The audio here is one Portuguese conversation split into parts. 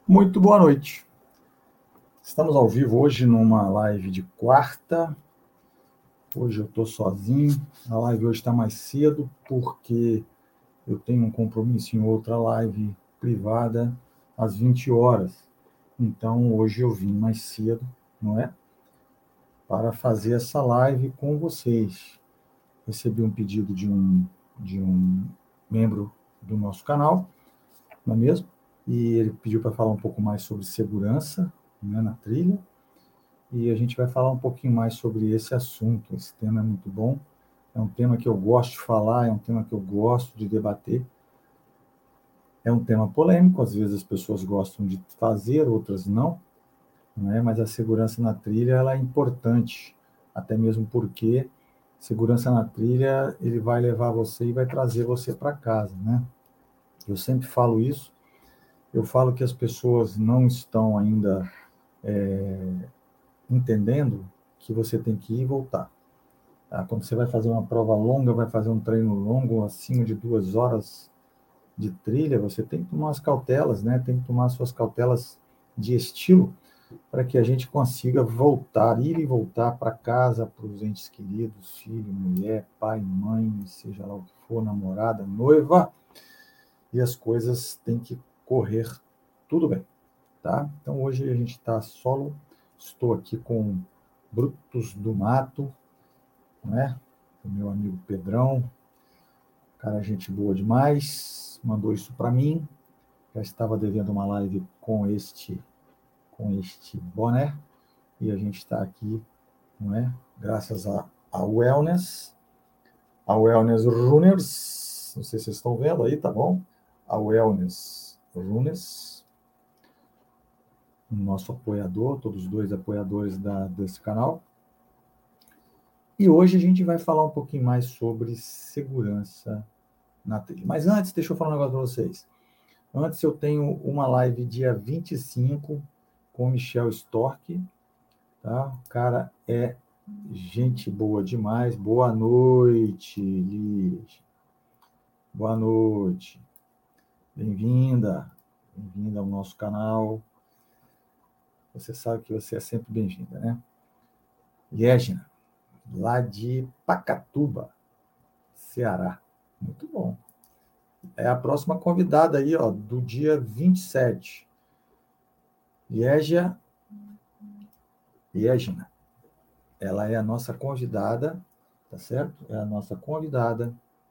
Muito boa noite. Estamos ao vivo hoje numa live de quarta. Hoje eu estou sozinho. A live hoje está mais cedo porque eu tenho um compromisso em outra live privada às 20 horas. Então hoje eu vim mais cedo, não é? Para fazer essa live com vocês. Recebi um pedido de um membro do nosso canal, não é mesmo? E ele pediu para falar um pouco mais sobre segurança, né, na trilha. E a gente vai falar um pouquinho mais sobre esse assunto. Esse tema é muito bom, é um tema que eu gosto de falar, é um tema que eu gosto de debater. É um tema polêmico, às vezes as pessoas gostam de fazer, outras não, né? Mas a segurança na trilha ela é importante, até mesmo porque segurança na trilha ele vai levar você e vai trazer você para casa, né? Eu sempre falo isso, eu falo que as pessoas não estão ainda entendendo que você tem que ir e voltar. Tá? Quando você vai fazer uma prova longa, vai fazer um treino longo, acima de 2 horas de trilha, você tem que tomar as cautelas, né? Tem que tomar suas cautelas de estilo para que a gente consiga voltar, ir e voltar para casa, para os entes queridos, filho, mulher, pai, mãe, seja lá o que for, namorada, noiva, e as coisas têm que correr tudo bem, tá? Então hoje a gente está solo, estou aqui com Brutos do Mato, né? O meu amigo Pedrão, cara, gente boa demais, mandou isso para mim. Já estava devendo uma live com este boné e a gente está aqui, não é? Graças a Wellness Runners, não sei se vocês estão vendo aí, tá bom? A Wellness Runners, nosso apoiador, todos os dois apoiadores desse canal. E hoje a gente vai falar um pouquinho mais sobre segurança na trilha. Mas antes, deixa eu falar um negócio para vocês. Antes eu tenho uma live dia 25 com o Michel Stork, tá? O cara é gente boa demais. Boa noite, Liz. Boa noite. Bem-vinda. Bem-vinda ao nosso canal. Você sabe que você é sempre bem-vinda, né? Yegina, lá de Pacatuba, Ceará. Muito bom. É a próxima convidada aí, ó, do dia 27. Yegina, ela é a nossa convidada, tá certo? É a nossa convidada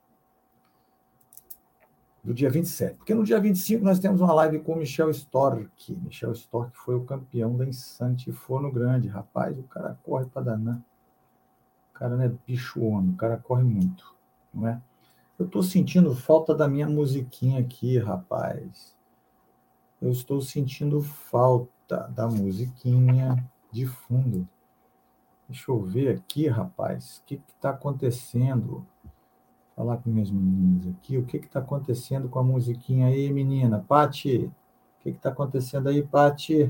do dia 27. Porque no dia 25 nós temos uma live com o Michel Stork. Michel Stork foi o campeão da Insante Forno Grande. Rapaz, o cara corre para danar. O cara não é bicho homem, o cara corre muito, não é? Eu estou sentindo falta da minha musiquinha aqui, rapaz. Eu estou sentindo falta da musiquinha de fundo. Deixa eu ver aqui, rapaz. O que está acontecendo? Falar com minhas meninas aqui. O que está acontecendo com a musiquinha aí, menina? Pati, o que está acontecendo aí, Pati?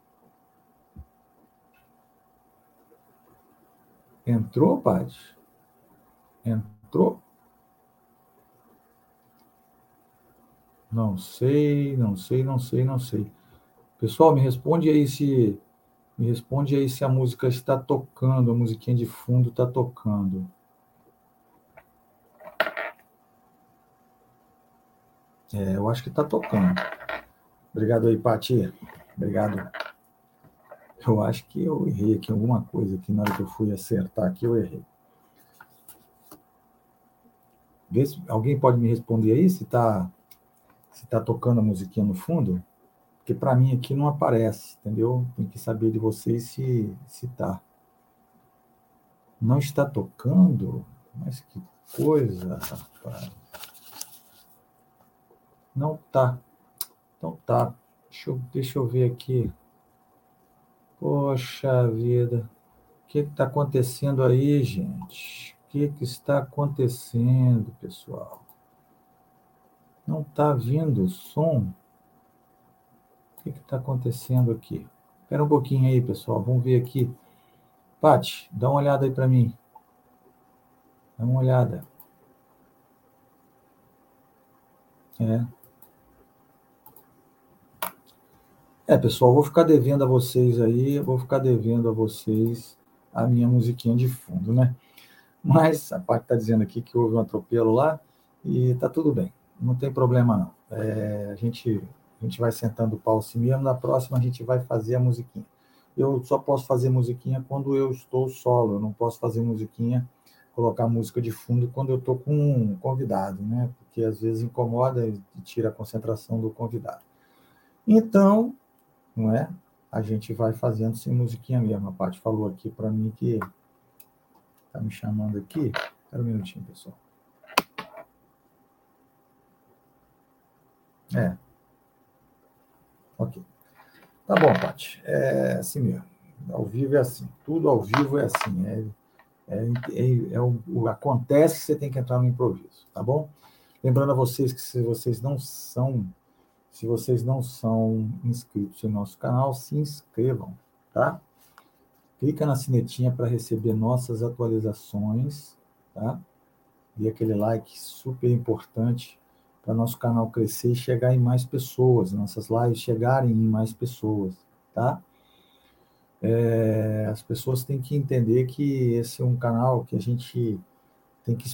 Entrou, Pati? Entrou? Não sei, não sei, não sei, não sei. Pessoal, me responde aí se a música está tocando, a musiquinha de fundo está tocando. Eu acho que está tocando. Obrigado aí, Pati. Obrigado. Eu acho que eu errei aqui alguma coisa aqui na hora que eu fui acertar aqui, eu errei. Vê se alguém pode me responder aí se tá tocando a musiquinha no fundo, porque para mim aqui não aparece, entendeu? Tem que saber de vocês se tá. Não está tocando? Mas que coisa, rapaz. Não tá. Então tá. Deixa eu ver aqui. Poxa vida. O que está acontecendo aí, gente? O que está acontecendo, pessoal? Não está vindo o som? O que está acontecendo aqui? Espera um pouquinho aí, pessoal. Vamos ver aqui. Paty, dá uma olhada aí para mim. Dá uma olhada. É. Pessoal, vou ficar devendo a vocês aí, vou ficar devendo a vocês a minha musiquinha de fundo, né? Mas a parte está dizendo aqui que houve um atropelo lá e tá tudo bem, não tem problema não. A gente vai sentando o pau assim mesmo, na próxima a gente vai fazer a musiquinha. Eu só posso fazer musiquinha quando eu estou solo, eu não posso fazer musiquinha, colocar música de fundo quando eu estou com um convidado, né? Porque às vezes incomoda e tira a concentração do convidado. Então, não é? A gente vai fazendo sem musiquinha mesmo. A Paty falou aqui para mim que tá me chamando aqui. Espera um minutinho, pessoal. Ok. Tá bom, Paty. É assim mesmo. Ao vivo é assim. Tudo ao vivo é assim. Acontece, você tem que entrar no improviso, tá bom? Lembrando a vocês que se vocês não são inscritos em nosso canal, se inscrevam, tá? Clica na sinetinha para receber nossas atualizações, tá? E aquele like super importante para nosso canal crescer e chegar em mais pessoas, nossas lives chegarem em mais pessoas, tá? As pessoas têm que entender que esse é um canal que a gente tem que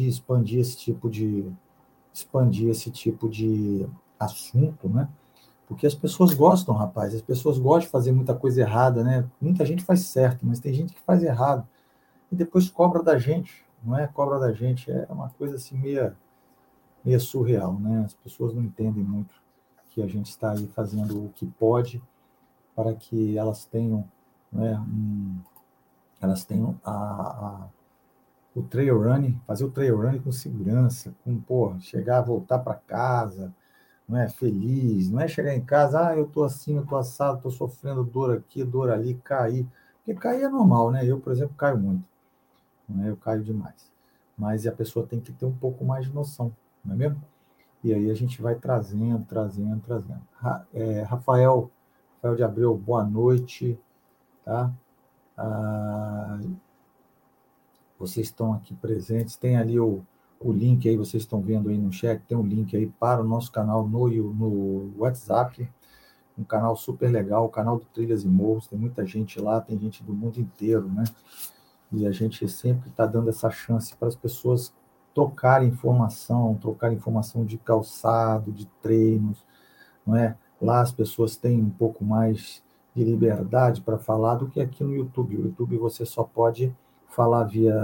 expandir esse tipo de assunto, né? Porque as pessoas gostam, rapaz, as pessoas gostam de fazer muita coisa errada, né? Muita gente faz certo, mas tem gente que faz errado e depois cobra da gente, não é? Cobra da gente, é uma coisa assim meio surreal, né? As pessoas não entendem muito que a gente está aí fazendo o que pode para que elas tenham, né, elas tenham o trail running, fazer o trail running com segurança, chegar, voltar para casa, não é feliz, não é chegar em casa, eu tô assim, eu tô assado, tô sofrendo dor aqui, dor ali, cair. Porque cair é normal, né? Eu, por exemplo, caio muito, né? Eu caio demais. Mas a pessoa tem que ter um pouco mais de noção, não é mesmo? E aí a gente vai trazendo. Rafael de Abreu, boa noite, tá? Ah, vocês estão aqui presentes, tem ali o link aí, vocês estão vendo aí no chat, tem um link aí para o nosso canal no WhatsApp, um canal super legal, o canal do Trilhas e Morros, tem muita gente lá, tem gente do mundo inteiro, né? E a gente sempre está dando essa chance para as pessoas trocar informação de calçado, de treinos, não é? Lá as pessoas têm um pouco mais de liberdade para falar do que aqui no YouTube. O YouTube você só pode falar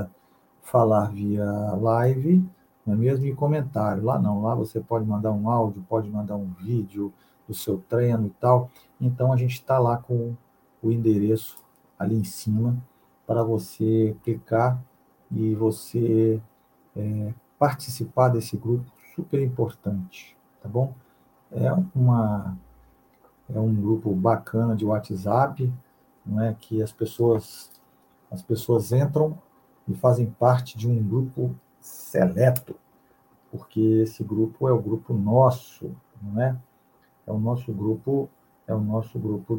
via live, não é mesmo? E comentário. Lá não, lá você pode mandar um áudio, pode mandar um vídeo do seu treino e tal. Então a gente está lá com o endereço ali em cima para você clicar e você participar desse grupo super importante, tá bom? É uma é um grupo bacana de WhatsApp, não é que as pessoas entram e fazem parte de um grupo seleto, porque esse grupo é o grupo nosso, não é? É o nosso grupo, é o nosso grupo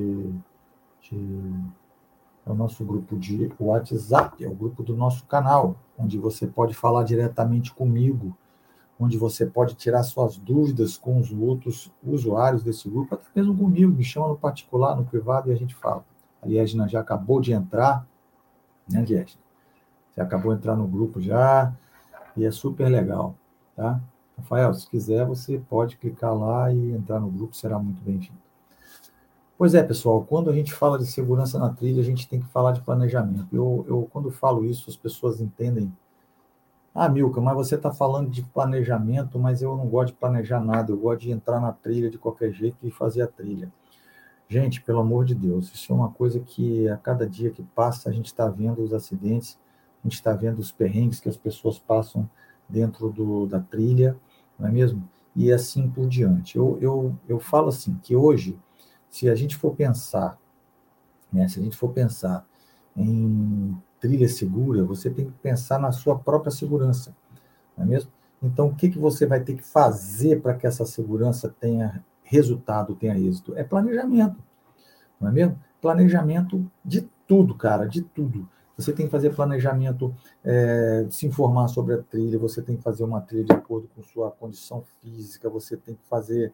de é o nosso grupo de WhatsApp, é o grupo do nosso canal, onde você pode falar diretamente comigo, onde você pode tirar suas dúvidas com os outros usuários desse grupo, até mesmo comigo, me chama no particular, no privado, e a gente fala. A Liesna já acabou de entrar, né, Liesna? Você acabou de entrar no grupo já, e é super legal, tá? Rafael, se quiser, você pode clicar lá e entrar no grupo, será muito bem-vindo. Pois é, pessoal, quando a gente fala de segurança na trilha, a gente tem que falar de planejamento. Quando falo isso, as pessoas entendem. Milka, mas você está falando de planejamento, mas eu não gosto de planejar nada, eu gosto de entrar na trilha de qualquer jeito e fazer a trilha. Gente, pelo amor de Deus, isso é uma coisa que a cada dia que passa a gente está vendo os acidentes, a gente está vendo os perrengues que as pessoas passam dentro da trilha, não é mesmo? E assim por diante. Eu falo assim, que hoje, se a gente for pensar, né, se a gente for pensar em trilha segura, você tem que pensar na sua própria segurança, não é mesmo? Então, o que você vai ter que fazer para que essa segurança tenha resultado, tenha êxito? É planejamento, não é mesmo? Planejamento de tudo, cara, de tudo. Você tem que fazer planejamento, se informar sobre a trilha, você tem que fazer uma trilha de acordo com sua condição física, você tem que fazer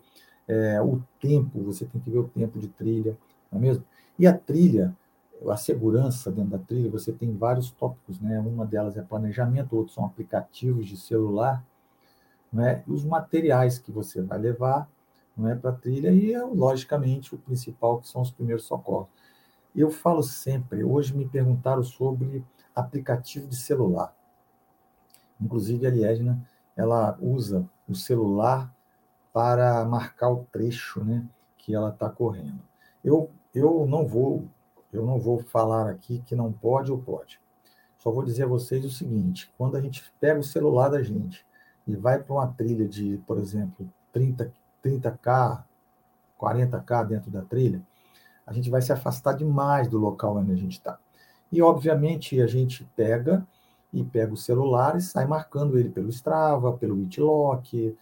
O tempo, você tem que ver o tempo de trilha, não é mesmo? E a trilha, a segurança dentro da trilha, você tem vários tópicos, né? Uma delas é planejamento, outros são aplicativos de celular, né? E os materiais que você vai levar, não é, para a trilha e, logicamente, o principal, que são os primeiros socorros. Eu falo sempre, hoje me perguntaram sobre aplicativo de celular. Inclusive, a Liedna, ela usa o celular para marcar o trecho, né, que ela está correndo. Eu não vou falar aqui que não pode ou pode. Só vou dizer a vocês o seguinte: quando a gente pega o celular da gente e vai para uma trilha de, por exemplo, 30K, 40K dentro da trilha, a gente vai se afastar demais do local onde a gente está. E, obviamente, a gente pega o celular e sai marcando ele pelo Strava, pelo Witlock,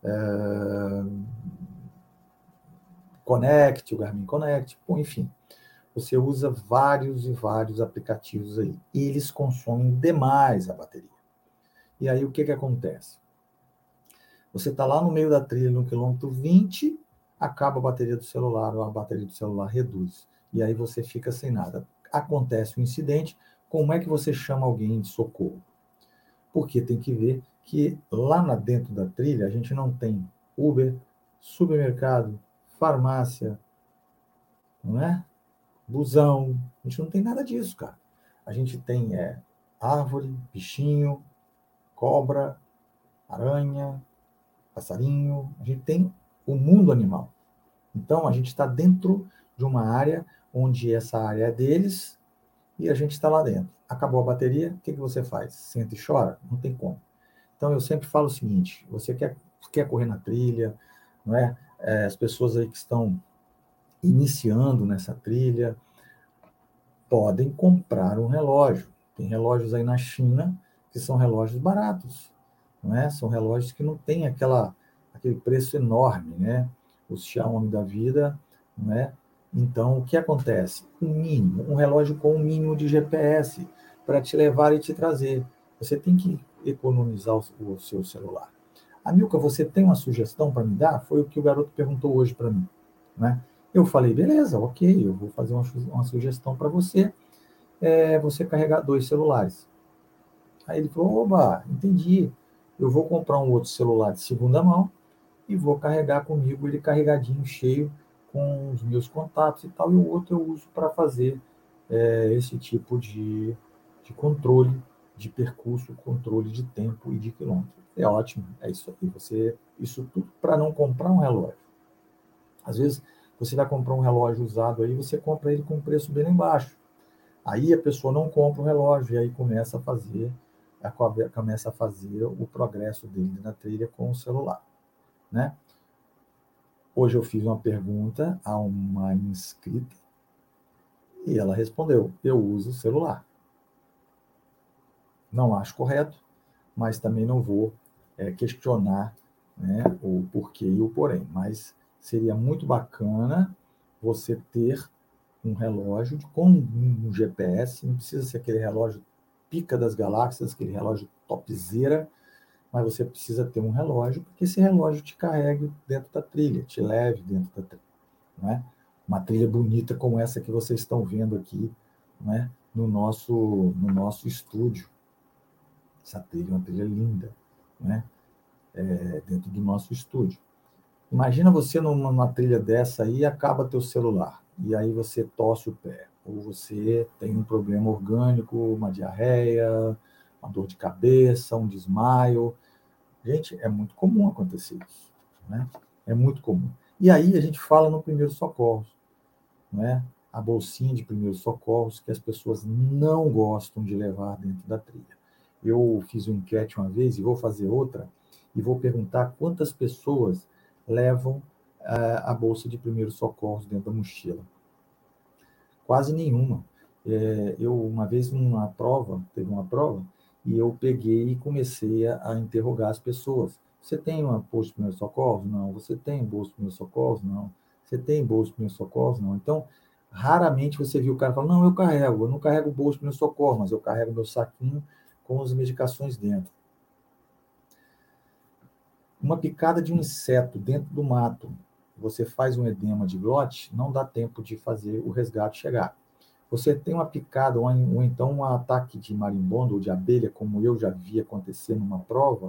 Connect, o Garmin Connect, bom, enfim. Você usa vários e vários aplicativos aí. E eles consomem demais a bateria. E aí o que acontece? Você está lá no meio da trilha, no quilômetro 20, acaba a bateria do celular, ou a bateria do celular reduz. E aí você fica sem nada. Acontece um incidente, como é que você chama alguém de socorro? Porque tem que ver que lá dentro da trilha a gente não tem Uber, supermercado, farmácia, não é? Busão, a gente não tem nada disso, cara. A gente tem árvore, bichinho, cobra, aranha, passarinho, a gente tem o mundo animal. Então, a gente está dentro de uma área onde essa área é deles e a gente está lá dentro. Acabou a bateria, o que você faz? Senta e chora? Não tem como. Então, eu sempre falo o seguinte: você quer correr na trilha, não é? As pessoas aí que estão iniciando nessa trilha podem comprar um relógio. Tem relógios aí na China que são relógios baratos, não é? São relógios que não têm aquele preço enorme, né? Os Xiaomi da vida, não é? Então, o que acontece? Um relógio com um mínimo de GPS para te levar e te trazer. Você tem que economizar o seu celular. Amilca, você tem uma sugestão para me dar? Foi o que o garoto perguntou hoje para mim, né? Eu falei, beleza, ok, eu vou fazer uma sugestão para você, você carregar 2 celulares. Aí ele falou, oba, entendi, eu vou comprar um outro celular de segunda mão e vou carregar comigo ele carregadinho, cheio, com os meus contatos e tal, e o outro eu uso para fazer esse tipo de controle de percurso, controle de tempo e de quilômetro. É ótimo, é isso aí. Isso tudo para não comprar um relógio. Às vezes, você vai comprar um relógio usado aí, você compra ele com um preço bem lá embaixo. Aí a pessoa não compra o relógio e aí começa a fazer o progresso dele na trilha com o celular, né? Hoje eu fiz uma pergunta a uma inscrita e ela respondeu: eu uso o celular. Não acho correto, mas também não vou questionar, né, o porquê e o porém. Mas seria muito bacana você ter um relógio com um GPS, não precisa ser aquele relógio pica das galáxias, aquele relógio topzera, mas você precisa ter um relógio, porque esse relógio te carregue dentro da trilha, te leve dentro da trilha, não é? Uma trilha bonita como essa que vocês estão vendo aqui, não é? No nosso estúdio. Essa trilha é uma trilha linda, né? Dentro do nosso estúdio. Imagina você numa trilha dessa aí e acaba teu celular. E aí você torce o pé. Ou você tem um problema orgânico, uma diarreia, uma dor de cabeça, um desmaio. Gente, é muito comum acontecer isso, né? É muito comum. E aí a gente fala no primeiros socorros, né? A bolsinha de primeiros socorros que as pessoas não gostam de levar dentro da trilha. Eu fiz uma enquete uma vez e vou fazer outra e vou perguntar quantas pessoas levam a bolsa de primeiros socorros dentro da mochila. Quase nenhuma. Eu, uma vez, teve uma prova, e eu peguei e comecei a interrogar as pessoas. Você tem uma bolsa de primeiros socorros? Não. Você tem bolsa de primeiros socorros? Não. Você tem bolsa de primeiros socorros? Não. Então, raramente você viu o cara falar, não, eu não carrego bolsa de primeiros socorros, mas eu carrego meu saquinho com as medicações dentro. Uma picada de um inseto dentro do mato, você faz um edema de glote, não dá tempo de fazer o resgate chegar. Você tem uma picada, ou então um ataque de marimbondo ou de abelha, como eu já vi acontecer numa prova,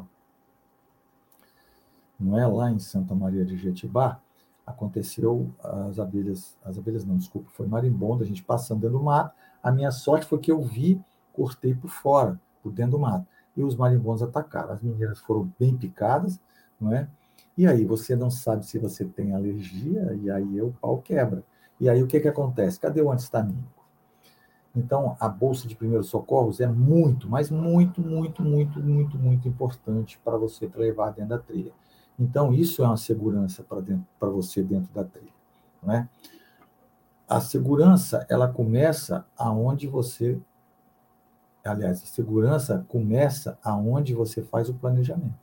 não é? Lá em Santa Maria de Jetibá, aconteceu as abelhas não, desculpa, foi marimbondo, a gente passando dentro do mato. A minha sorte foi que eu vi, cortei por fora, por dentro do mato. E os marimbondos atacaram. As meninas foram bem picadas, não é? E aí você não sabe se você tem alergia, e aí o pau quebra. E aí o que acontece? Cadê o antistamínico? Então, a bolsa de primeiros socorros é muito, mas muito, muito, muito, muito, muito importante para você levar dentro da trilha. Então, isso é uma segurança para você dentro da trilha, não é? A segurança, ela começa aonde você, aliás, a segurança começa aonde você faz o planejamento.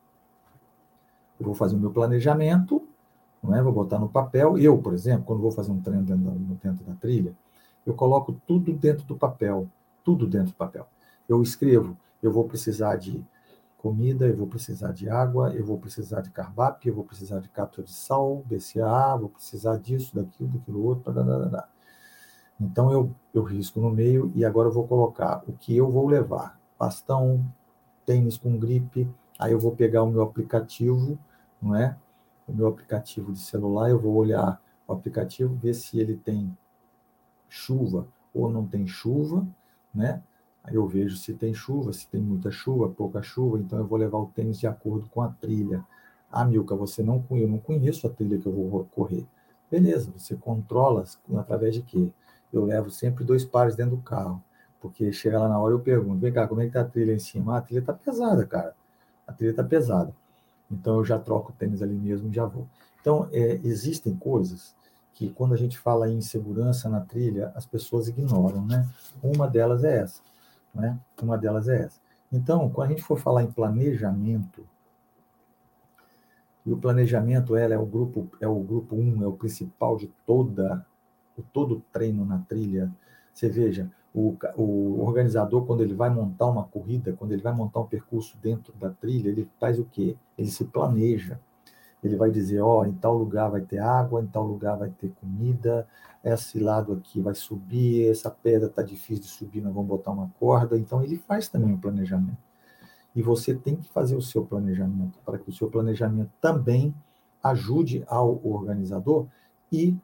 Eu vou fazer o meu planejamento, não é? Vou botar no papel. Eu, por exemplo, quando vou fazer um treino dentro da trilha, eu coloco tudo dentro do papel, tudo dentro do papel. Eu escrevo, eu vou precisar de comida, eu vou precisar de água, eu vou precisar de cardápio, eu vou precisar de cápsula de sal, BCA, vou precisar disso, daquilo outro, dadadada. Então eu risco no meio e agora eu vou colocar o que eu vou levar. Bastão, tênis com gripe, aí eu vou pegar o meu aplicativo, não é? O meu aplicativo de celular, eu vou olhar o aplicativo, ver se ele tem chuva ou não tem chuva, né? Aí eu vejo se tem chuva, se tem muita chuva, pouca chuva, então eu vou levar o tênis de acordo com a trilha. Ah, Milka, eu não conheço a trilha que eu vou correr. Beleza, você controla através de quê? Eu levo sempre 2 pares dentro do carro, porque chega lá na hora eu pergunto, vem cá, como é que tá a trilha em cima? Ah, a trilha tá pesada, cara. A trilha tá pesada. Então eu já troco o tênis ali mesmo e já vou. Então, existem coisas que quando a gente fala em segurança na trilha, as pessoas ignoram, né? Uma delas é essa, né? Uma delas é essa. Então, quando a gente for falar em planejamento, e o planejamento é o grupo 1, é o principal de todo treino na trilha. Você veja, o organizador, quando ele vai montar uma corrida, quando ele vai montar um percurso dentro da trilha, ele faz o quê? Ele se planeja. Ele vai dizer, ó, em tal lugar vai ter água, em tal lugar vai ter comida, esse lado aqui vai subir, essa pedra está difícil de subir, nós vamos botar uma corda. Então, ele faz também o planejamento. E você tem que fazer o seu planejamento, para que o seu planejamento também ajude ao organizador e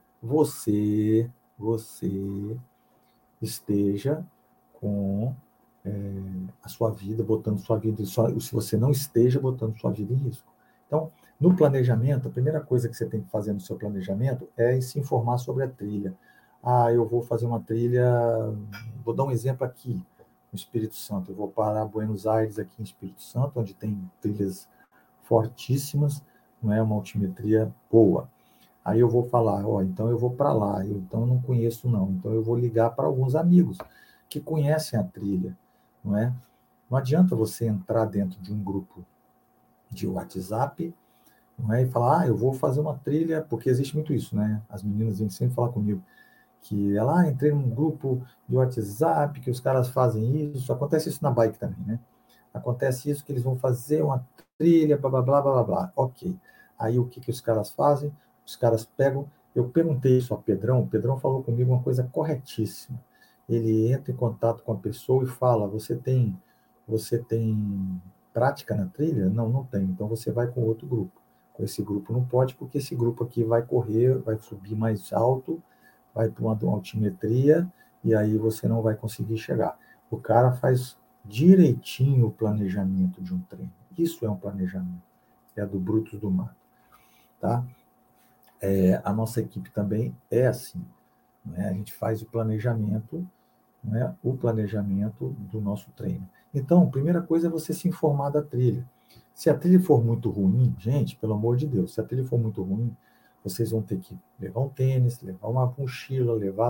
você esteja com a sua vida, botando sua vida, se você não esteja botando sua vida em risco. Então, no planejamento, a primeira coisa que você tem que fazer no seu planejamento é se informar sobre a trilha. Ah, eu vou fazer uma trilha, vou dar um exemplo aqui, no Espírito Santo. Eu vou parar Buenos Aires, aqui em Espírito Santo, onde tem trilhas fortíssimas, não é uma altimetria boa. Aí eu vou falar, ó, então eu vou para lá, então eu não conheço não, então eu vou ligar para alguns amigos que conhecem a trilha, não é? Não adianta você entrar dentro de um grupo de WhatsApp, não é? E falar, eu vou fazer uma trilha, porque existe muito isso, né? As meninas vêm sempre falar comigo que ela, entrei num grupo de WhatsApp, que os caras fazem isso, acontece isso na bike também, né? Acontece isso que eles vão fazer uma trilha, blá, blá, blá, blá, blá. Ok. Aí o que os caras fazem? Os caras pegam, eu perguntei isso ao Pedrão, o Pedrão falou comigo uma coisa corretíssima. Ele entra em contato com a pessoa e fala, você tem prática na trilha? Não, não tem. Então você vai com outro grupo. Com esse grupo não pode, porque esse grupo aqui vai correr, vai subir mais alto, vai para uma altimetria, e aí você não vai conseguir chegar. O cara faz direitinho o planejamento de um treino. Isso é um planejamento. É do Brutus do Mato. Tá? A nossa equipe também é assim. Né? A gente faz o planejamento do nosso treino. Então, a primeira coisa é você se informar da trilha. Se a trilha for muito ruim, gente, pelo amor de Deus, se a trilha for muito ruim, vocês vão ter que levar um tênis, levar uma mochila, levar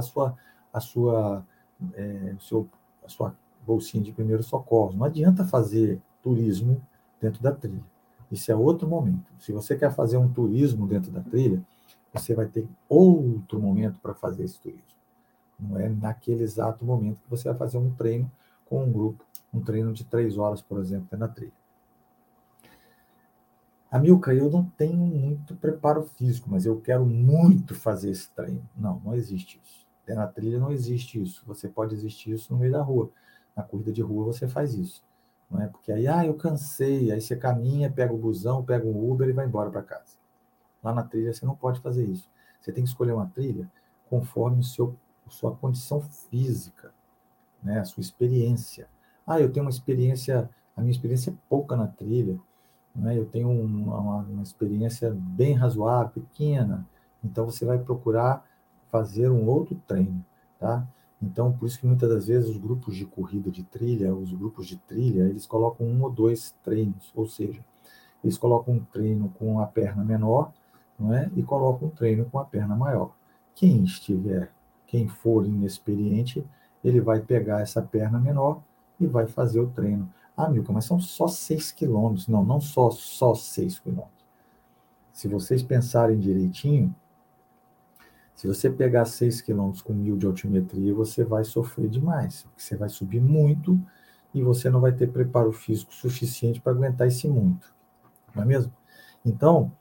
a sua bolsinha de primeiros socorros. Não adianta fazer turismo dentro da trilha. Isso é outro momento. Se você quer fazer um turismo dentro da trilha, você vai ter outro momento para fazer esse turismo. Não é naquele exato momento que você vai fazer um treino com um grupo, um treino de 3 horas, por exemplo, na trilha. Amilcar, eu não tenho muito preparo físico, mas eu quero muito fazer esse treino. Não, não existe isso. Na trilha não existe isso. Você pode existir isso no meio da rua. Na corrida de rua você faz isso. Não é? Porque aí, eu cansei. Aí você caminha, pega o busão, pega um Uber e vai embora para casa. Lá na trilha você não pode fazer isso. Você tem que escolher uma trilha conforme sua condição física, né? A sua experiência. Eu tenho a minha experiência é pouca na trilha, né? Eu tenho uma experiência bem razoável, pequena. Então você vai procurar fazer um outro treino, tá? Então, por isso que muitas das vezes os grupos de corrida de trilha, os grupos de trilha, eles colocam um ou dois treinos, ou seja, eles colocam um treino com a perna menor, não é? E colocam um treino com a perna maior. Quem for inexperiente, ele vai pegar essa perna menor e vai fazer o treino. Milka, mas são só 6 quilômetros. Não, não só 6 quilômetros. Se vocês pensarem direitinho, se você pegar 6 quilômetros com 1.000 de altimetria, você vai sofrer demais. Porque você vai subir muito e você não vai ter preparo físico suficiente para aguentar esse muito. Não é mesmo? Então,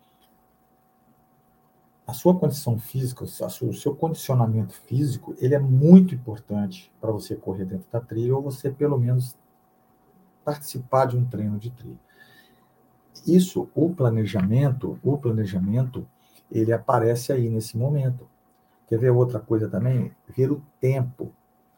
a sua condição física, o seu condicionamento físico, ele é muito importante para você correr dentro da trilha ou você, pelo menos, participar de um treino de trilha. Isso, o planejamento, ele aparece aí nesse momento. Quer ver outra coisa também? Ver o tempo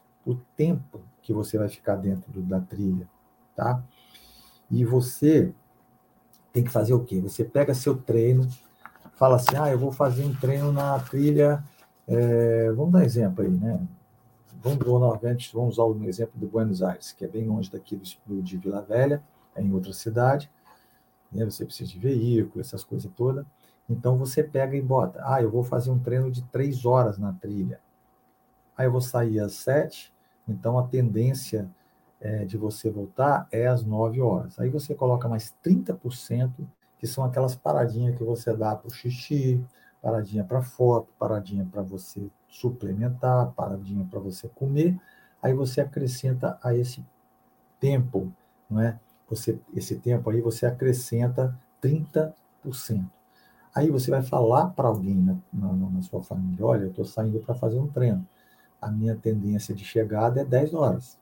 que você vai ficar dentro da trilha, tá? E você tem que fazer o quê? Você pega seu treino, fala assim, eu vou fazer um treino na trilha, vamos dar um exemplo aí, né? Novamente, vamos usar o exemplo de Buenos Aires, que é bem longe daqui de Vila Velha, é em outra cidade, né? Você precisa de veículo, essas coisas todas. Então, você pega e bota, eu vou fazer um treino de 3 horas na trilha. Aí eu vou sair às 7, então a tendência de você voltar é às 9 horas. Aí você coloca mais 30%, que são aquelas paradinhas que você dá para o xixi, paradinha para foto, paradinha para você suplementar, paradinha para você comer. Aí você acrescenta a esse tempo, não é? Esse tempo aí você acrescenta 30%. Aí você vai falar para alguém na sua família, olha, eu estou saindo para fazer um treino. A minha tendência de chegada é 10 horas.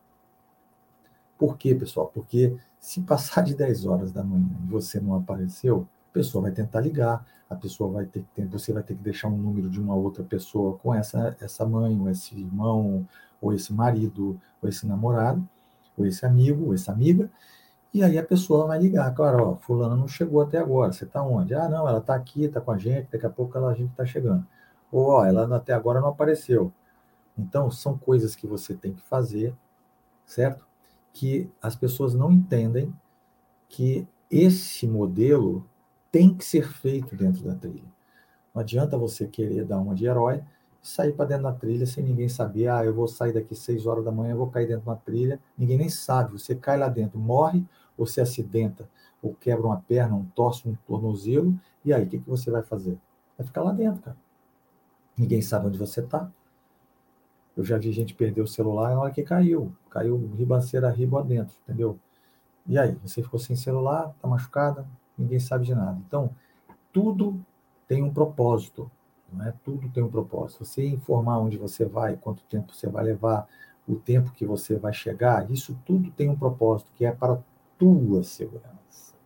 Por quê, pessoal? Porque se passar de 10 horas da manhã e você não apareceu, a pessoa vai tentar ligar, você vai ter que deixar um número de uma outra pessoa com essa mãe, ou esse irmão, ou esse marido, ou esse namorado, ou esse amigo, ou essa amiga, e aí a pessoa vai ligar, claro, fulana não chegou até agora, você está onde? Não, ela está aqui, está com a gente, daqui a pouco a gente está chegando. Ou, ela até agora não apareceu. Então, são coisas que você tem que fazer, certo? Que as pessoas não entendem que esse modelo tem que ser feito dentro da trilha. Não adianta você querer dar uma de herói e sair para dentro da trilha sem ninguém saber. Eu vou sair daqui 6 horas da manhã, eu vou cair dentro de uma trilha. Ninguém nem sabe. Você cai lá dentro, morre, ou se acidenta, ou quebra uma perna, torce um tornozelo. E aí, o que você vai fazer? Vai ficar lá dentro, cara. Ninguém sabe onde você está. Eu já vi gente perder o celular na hora que caiu. Caiu ribanceira riba dentro, entendeu? E aí, você ficou sem celular, está machucada, ninguém sabe de nada. Então, tudo tem um propósito, não é? Tudo tem um propósito. Você informar onde você vai, quanto tempo você vai levar, o tempo que você vai chegar, isso tudo tem um propósito, que é para a tua segurança.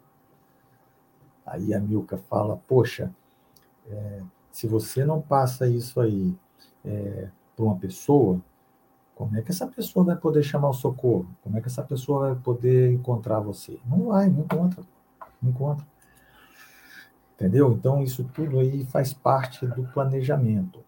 Aí a Milka fala, poxa, se você não passa isso aí para uma pessoa, como é que essa pessoa vai poder chamar o socorro? Como é que essa pessoa vai poder encontrar você? Não vai, não encontra. Não encontra. Entendeu? Então, isso tudo aí faz parte do planejamento.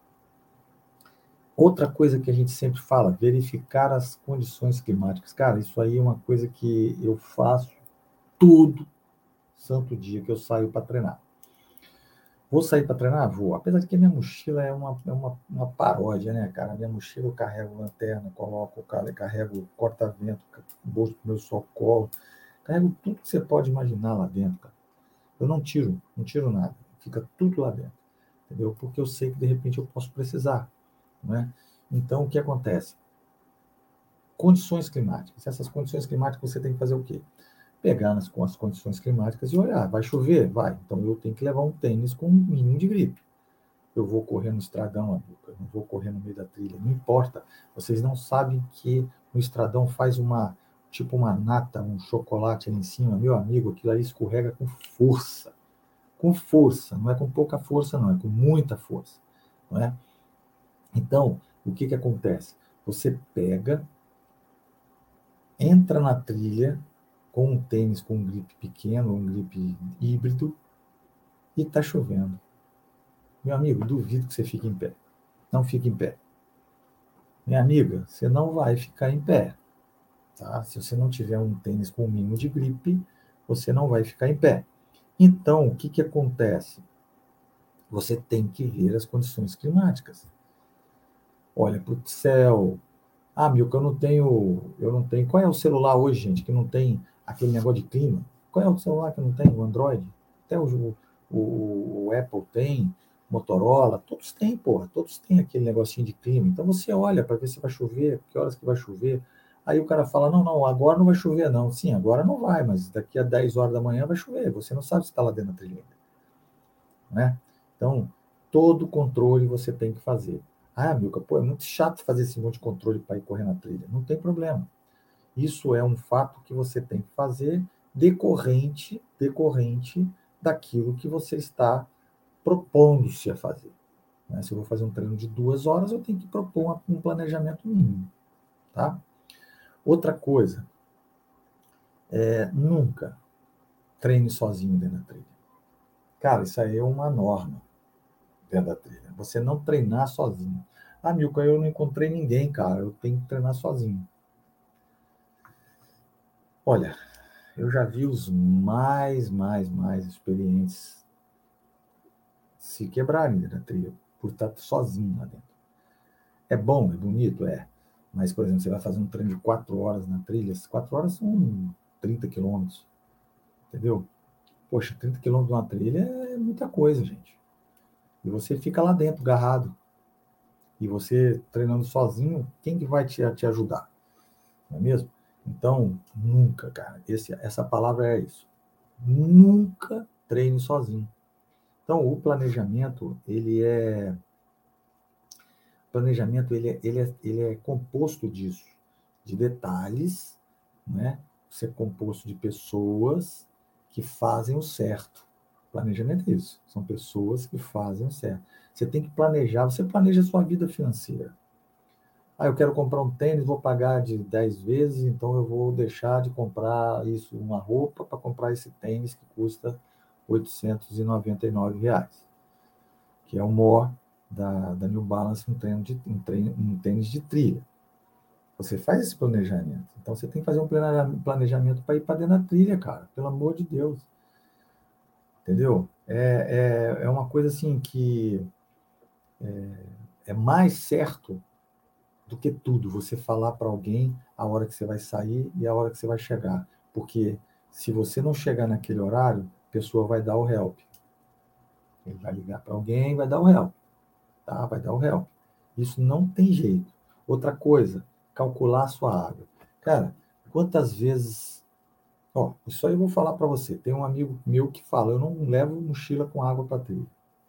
Outra coisa que a gente sempre fala, verificar as condições climáticas. Cara, isso aí é uma coisa que eu faço todo santo dia que eu saio para treinar. Vou sair para treinar? Vou. Apesar de que a minha mochila é uma paródia, né, cara? A minha mochila eu carrego lanterna, carrego corta-vento, bolso do meu socorro, carrego tudo que você pode imaginar lá dentro, cara. Eu não tiro nada. Fica tudo lá dentro. Entendeu? Porque eu sei que de repente eu posso precisar, não é? Então, o que acontece? Condições climáticas. Essas condições climáticas você tem que fazer o quê? pegar com as condições climáticas e olhar, vai chover? Vai. Então eu tenho que levar um tênis com um mínimo de gripe. Eu vou correr no estradão, eu não vou correr no meio da trilha, não importa. Vocês não sabem que no estradão faz tipo uma nata, um chocolate ali em cima, meu amigo, aquilo ali escorrega com força. Com força, não é com pouca força, não, é com muita força. Não é? Então, o que acontece? Você pega, entra na trilha com um tênis com um grip pequeno, um grip híbrido, e está chovendo. Meu amigo, duvido que você fique em pé. Não fique em pé. Minha amiga, você não vai ficar em pé. Tá? Se você não tiver um tênis com um mínimo de gripe, você não vai ficar em pé. Então, o que acontece? Você tem que ver as condições climáticas. Olha para o céu. Ah, Milka, eu não tenho. Qual é o celular hoje, gente, que não tem aquele negócio de clima? Qual é o celular que não tem? O Android? Até o Apple tem, Motorola, todos têm, porra, todos têm aquele negocinho de clima. Então você olha para ver se vai chover, que horas que vai chover. Aí o cara fala, não, não, agora não vai chover, não. Sim, agora não vai, mas daqui a 10 horas da manhã vai chover. Você não sabe se está lá dentro da trilha, né? Então, todo controle você tem que fazer. Ah, Milka, pô, é muito chato fazer esse monte de controle para ir correr na trilha. Não tem problema. Isso é um fato que você tem que fazer decorrente daquilo que você está propondo-se a fazer. Né? Se eu vou fazer um treino de 2 horas, eu tenho que propor um planejamento mínimo. Tá? Outra coisa, nunca treine sozinho dentro da trilha. Cara, isso aí é uma norma dentro da trilha. Você não treinar sozinho. Ah, Milka, eu não encontrei ninguém, cara. Eu tenho que treinar sozinho. Olha, eu já vi os mais experientes se quebrarem dentro da trilha por estar sozinho lá dentro. É bom, é bonito, é. Mas, por exemplo, você vai fazer um treino de 4 horas na trilha, essas 4 horas são 30 quilômetros, entendeu? Poxa, 30 quilômetros numa trilha é muita coisa, gente. E você fica lá dentro, agarrado. E você treinando sozinho, quem que vai te ajudar? Não é mesmo? Então, nunca, cara, essa palavra é isso. Nunca treine sozinho. Então, o planejamento, ele é composto disso, de detalhes, né? Você é composto de pessoas que fazem o certo. Planejamento é isso, são pessoas que fazem o certo. Você tem que planejar, você planeja a sua vida financeira. Ah, eu quero comprar um tênis, vou pagar de 10 vezes, então eu vou deixar de comprar uma roupa para comprar esse tênis que custa R$ 899, que é o maior da New Balance, um tênis de trilha. Você faz esse planejamento. Então você tem que fazer um planejamento para ir para dentro da trilha, cara. Pelo amor de Deus. Entendeu? É uma coisa assim que é mais certo do que tudo, você falar para alguém a hora que você vai sair e a hora que você vai chegar. Porque se você não chegar naquele horário, a pessoa vai dar o help. Ele vai ligar para alguém e vai dar o help. Tá? Vai dar o help. Isso não tem jeito. Outra coisa, calcular a sua água. Cara, quantas vezes. Ó, isso aí eu vou falar para você. Tem um amigo meu que fala: eu não levo mochila com água para trilha.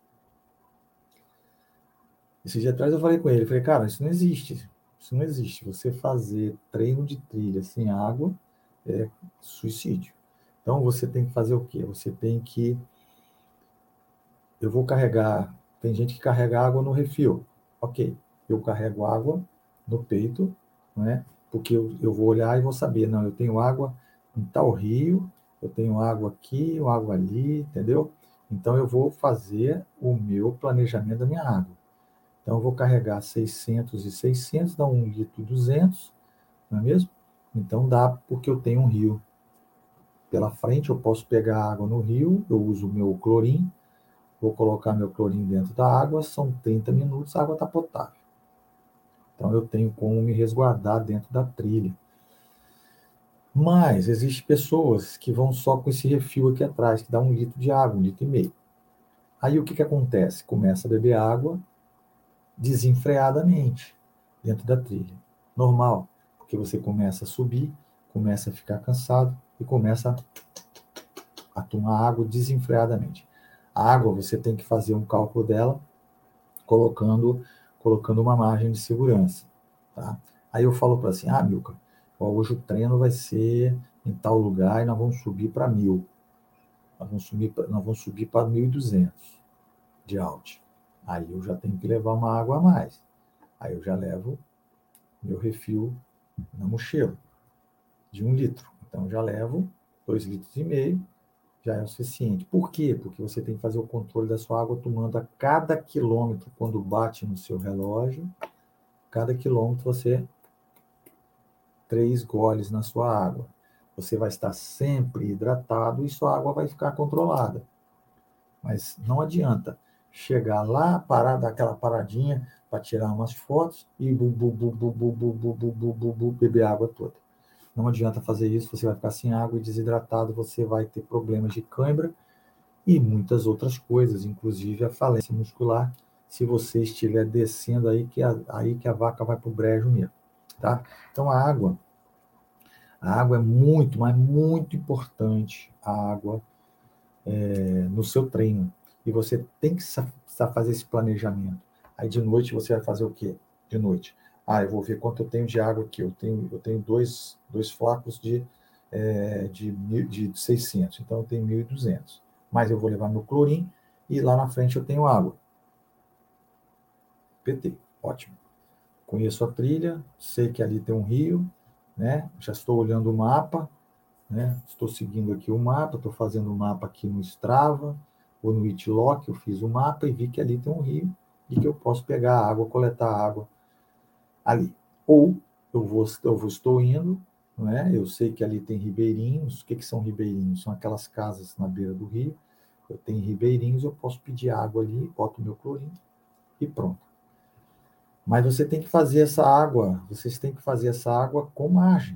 Esse dia atrás eu falei com ele, falei, cara, isso não existe. Isso não existe. Você fazer treino de trilha sem água é suicídio. Então você tem que fazer o quê? Você tem que. Eu vou carregar. Tem gente que carrega água no refil. Ok. Eu carrego água no peito, não é? Porque eu vou olhar e vou saber, não, eu tenho água em tal rio, eu tenho água aqui, água ali, entendeu? Então eu vou fazer o meu planejamento da minha água. Então, eu vou carregar 600 e 600, dá 1 litro e 200, não é mesmo? Então, dá porque eu tenho um rio pela frente, eu posso pegar água no rio, eu uso o meu clorim, vou colocar meu clorim dentro da água, são 30 minutos, a água está potável. Então, eu tenho como me resguardar dentro da trilha. Mas, existem pessoas que vão só com esse refil aqui atrás, que dá 1 litro de água, 1,5 litro. Aí, o que acontece? Começa a beber água desenfreadamente dentro da trilha. Normal, porque você começa a subir, começa a ficar cansado e começa a tomar água desenfreadamente. A água, você tem que fazer um cálculo dela, colocando uma margem de segurança, tá? Aí eu falo para assim, Milka, hoje o treino vai ser em tal lugar e nós vamos subir para 1.000. Nós vamos subir para 1.200 de alt. Aí eu já tenho que levar uma água a mais. Aí eu já levo meu refil na mochila de 1 litro. Então, já levo 2,5 litros, já é o suficiente. Por quê? Porque você tem que fazer o controle da sua água tomando a cada quilômetro, quando bate no seu relógio, cada quilômetro você 3 goles na sua água. Você vai estar sempre hidratado e sua água vai ficar controlada. Mas não adianta chegar lá, parar, dar aquela paradinha para tirar umas fotos e beber água toda. Não adianta fazer isso, você vai ficar sem água e desidratado, você vai ter problemas de cãibra e muitas outras coisas, inclusive a falência muscular, se você estiver descendo aí que a vaca vai para o brejo mesmo, tá? Então a água é muito, mas muito importante, a água no seu treino. E você tem que fazer esse planejamento. Aí de noite você vai fazer o quê? De noite. Eu vou ver quanto eu tenho de água aqui. Eu tenho dois flacos de 600. Então eu tenho 1.200. Mas eu vou levar meu clorim e lá na frente eu tenho água. PT. Ótimo. Conheço a trilha, sei que ali tem um rio, né? Já estou olhando o mapa, né? Estou seguindo aqui o mapa, estou fazendo o mapa aqui no Strava ou no Itlock, eu fiz o mapa e vi que ali tem um rio e que eu posso pegar a água, coletar a água ali. Ou estou indo, não é? Eu sei que ali tem ribeirinhos. O que são ribeirinhos? São aquelas casas na beira do rio. Eu tenho ribeirinhos, eu posso pedir água ali, boto o meu clorinho e pronto. Mas você tem que fazer essa água, vocês têm que fazer essa água com margem.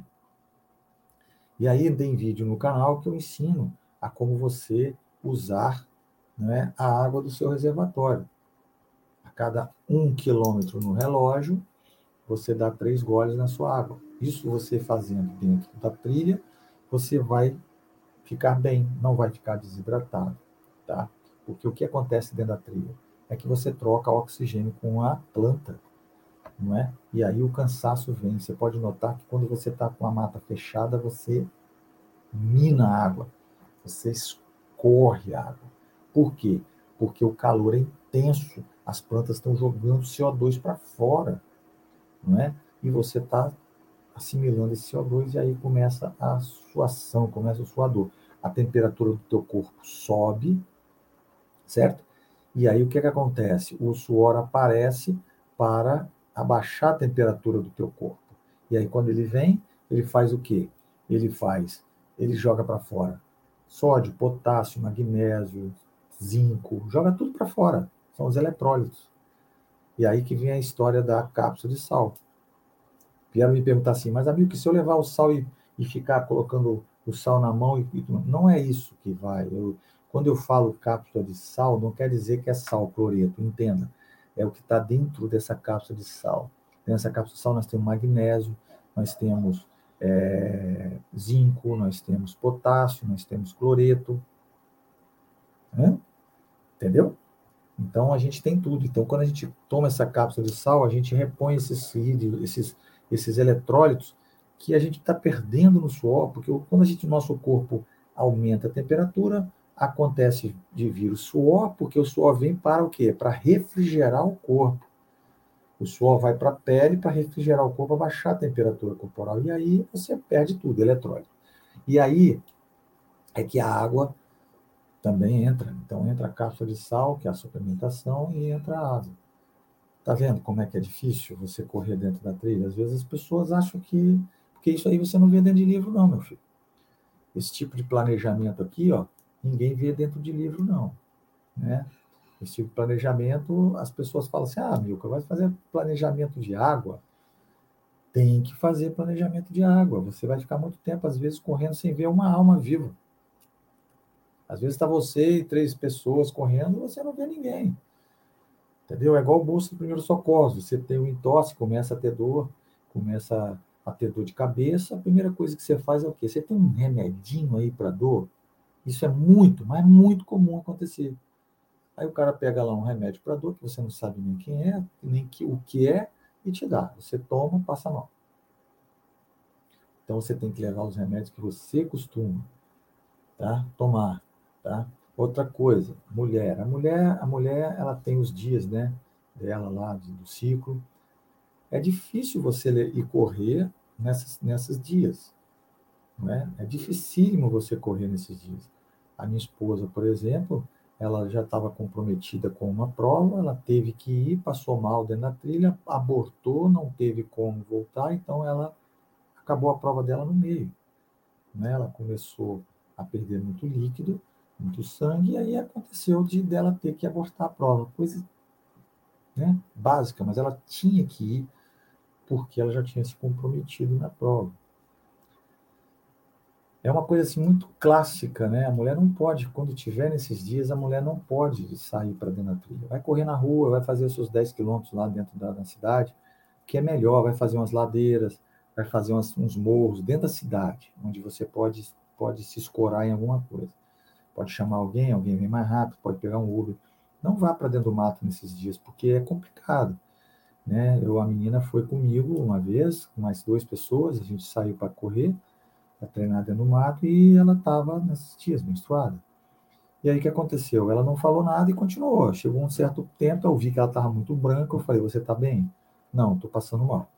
E aí tem vídeo no canal que eu ensino a como você usar, né, a água do seu reservatório. A cada 1 quilômetro no relógio, você dá 3 goles na sua água. Isso você fazendo dentro da trilha, você vai ficar bem, não vai ficar desidratado, tá? Porque o que acontece dentro da trilha é que você troca oxigênio com a planta, não é? E aí o cansaço vem. Você pode notar que quando você está com a mata fechada, você mina a água, você escorre a água. Por quê? Porque o calor é intenso, as plantas estão jogando CO2 para fora, não é? E você está assimilando esse CO2 e aí começa a suação, começa o suador. A temperatura do teu corpo sobe, certo? E aí o que acontece? O suor aparece para abaixar a temperatura do teu corpo. E aí quando ele vem, ele faz o quê? Ele joga para fora sódio, potássio, magnésio, zinco, joga tudo para fora. São os eletrólitos. E aí que vem a história da cápsula de sal. Vieram me perguntar assim, mas amigo, que se eu levar o sal e ficar colocando o sal na mão, não é isso que vai. Quando eu falo cápsula de sal, não quer dizer que é sal, cloreto, entenda. É o que está dentro dessa cápsula de sal. Nessa cápsula de sal nós temos magnésio, nós temos zinco, nós temos potássio, nós temos cloreto. Né? Entendeu? Então a gente tem tudo. Então quando a gente toma essa cápsula de sal, a gente repõe esses eletrólitos que a gente está perdendo no suor, porque quando nosso corpo aumenta a temperatura, acontece de vir o suor, porque o suor vem para o quê? Para refrigerar o corpo. O suor vai para a pele para refrigerar o corpo, abaixar a temperatura corporal. E aí você perde tudo, eletrólito. E aí é que a água também entra. Então entra a cápsula de sal, que é a suplementação, e entra a água. Tá vendo como é que é difícil você correr dentro da trilha? Às vezes as pessoas acham que... Porque isso aí você não vê dentro de livro, não, meu filho. Esse tipo de planejamento aqui, ó, ninguém vê dentro de livro, não. Né? Esse tipo de planejamento, as pessoas falam assim, Milka, vai fazer planejamento de água? Tem que fazer planejamento de água. Você vai ficar muito tempo, às vezes, correndo sem ver uma alma viva. Às vezes está você e 3 pessoas correndo, você não vê ninguém. Entendeu? É igual o bolsa de primeiro socorro. Você tem um entorse, começa a ter dor, começa a ter dor de cabeça, a primeira coisa que você faz é o quê? Você tem um remedinho aí para dor? Isso é muito, mas muito comum acontecer. Aí o cara pega lá um remédio para dor, que você não sabe nem quem é, nem o que é, e te dá. Você toma, passa mal. Então você tem que levar os remédios que você costuma, tá? Tomar, tá? Outra coisa, mulher. A mulher, ela tem os dias, né, dela lá, do ciclo. É difícil você ir correr nessas dias, não é? É dificílimo você correr nesses dias. A minha esposa, por exemplo, ela já estava comprometida com uma prova, ela teve que ir, passou mal dentro da trilha, abortou, não teve como voltar, então ela acabou a prova dela no meio, né? Ela começou a perder muito líquido, muito sangue, e aí aconteceu dela ter que abortar a prova, coisa, né, básica, mas ela tinha que ir porque ela já tinha se comprometido na prova. É uma coisa assim muito clássica, né? A mulher não pode, quando tiver nesses dias, a mulher não pode sair para dentro da trilha. Vai correr na rua, vai fazer os seus 10 quilômetros lá dentro da cidade, que é melhor, vai fazer umas ladeiras, vai fazer uns morros dentro da cidade, onde você pode se escorar em alguma coisa. Pode chamar alguém vem mais rápido, pode pegar um Uber. Não vá para dentro do mato nesses dias, porque é complicado, né? A menina foi comigo uma vez, com mais 2 pessoas, a gente saiu para correr, para treinar dentro do mato, e ela estava nesses dias, menstruada. E aí o que aconteceu? Ela não falou nada e continuou. Chegou um certo tempo, eu vi que ela estava muito branca, eu falei, você está bem? Não, estou passando mal.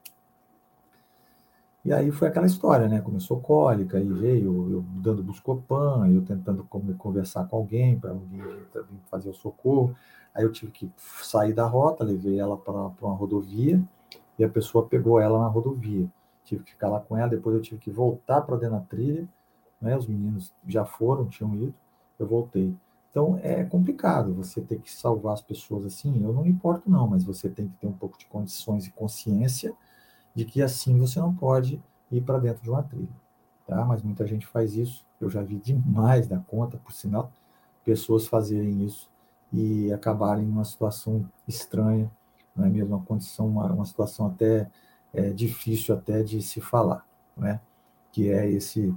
E aí foi aquela história, né? Começou cólica, e veio eu dando Buscopan, eu tentando conversar com alguém, para alguém vir fazer o socorro. Aí eu tive que sair da rota, levei ela para uma rodovia, e a pessoa pegou ela na rodovia. Tive que ficar lá com ela, depois eu tive que voltar para dentro da trilha, né? Os meninos já foram, tinham ido, eu voltei. Então é complicado você ter que salvar as pessoas assim. Eu não me importo, não, mas você tem que ter um pouco de condições e consciência de que assim você não pode ir para dentro de uma trilha, tá? Mas muita gente faz isso. Eu já vi demais da conta, por sinal, pessoas fazerem isso e acabarem numa situação estranha, não é mesmo? Uma condição, uma situação até difícil até de se falar, não é? Que é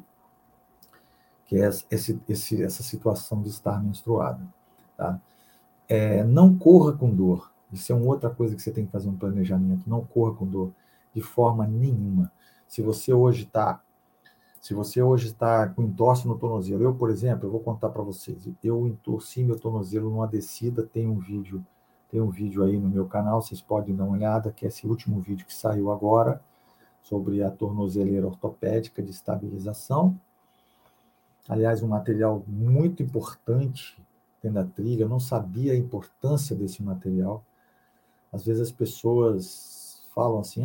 essa situação de estar menstruada, tá? Não corra com dor. Isso é uma outra coisa que você tem que fazer um planejamento. Não corra com dor de forma nenhuma. Se você hoje está com entorse no tornozelo, eu, por exemplo, eu vou contar para vocês. Eu entorci meu tornozelo numa descida. Tem um vídeo aí no meu canal. Vocês podem dar uma olhada, que é esse último vídeo que saiu agora sobre a tornozeleira ortopédica de estabilização. Aliás, um material muito importante dentro da trilha. Eu não sabia a importância desse material. Às vezes as pessoas falam assim,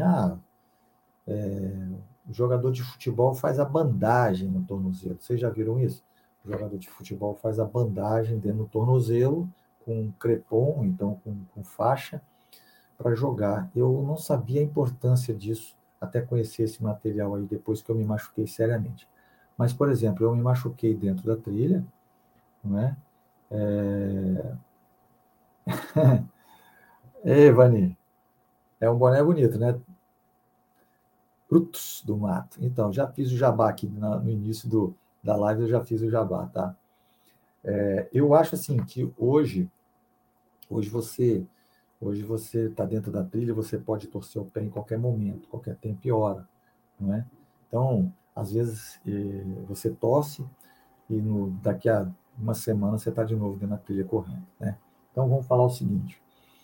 o jogador de futebol faz a bandagem no tornozelo. Vocês já viram isso? O jogador de futebol faz a bandagem dentro do tornozelo, com crepom, então com faixa, para jogar. Eu não sabia a importância disso, até conhecer esse material aí, depois que eu me machuquei seriamente. Mas, por exemplo, eu me machuquei dentro da trilha, não é? Ei, Vani, é um boné bonito, né? Frutos do mato. Então, já fiz o jabá aqui no início da live, eu já fiz o jabá, tá? Eu acho assim que hoje você, hoje você está dentro da trilha, você pode torcer o pé em qualquer momento, qualquer tempo e hora, não é? Então, às vezes você torce e daqui a uma semana você está de novo dentro da trilha correndo, né? Então, vamos falar o seguinte: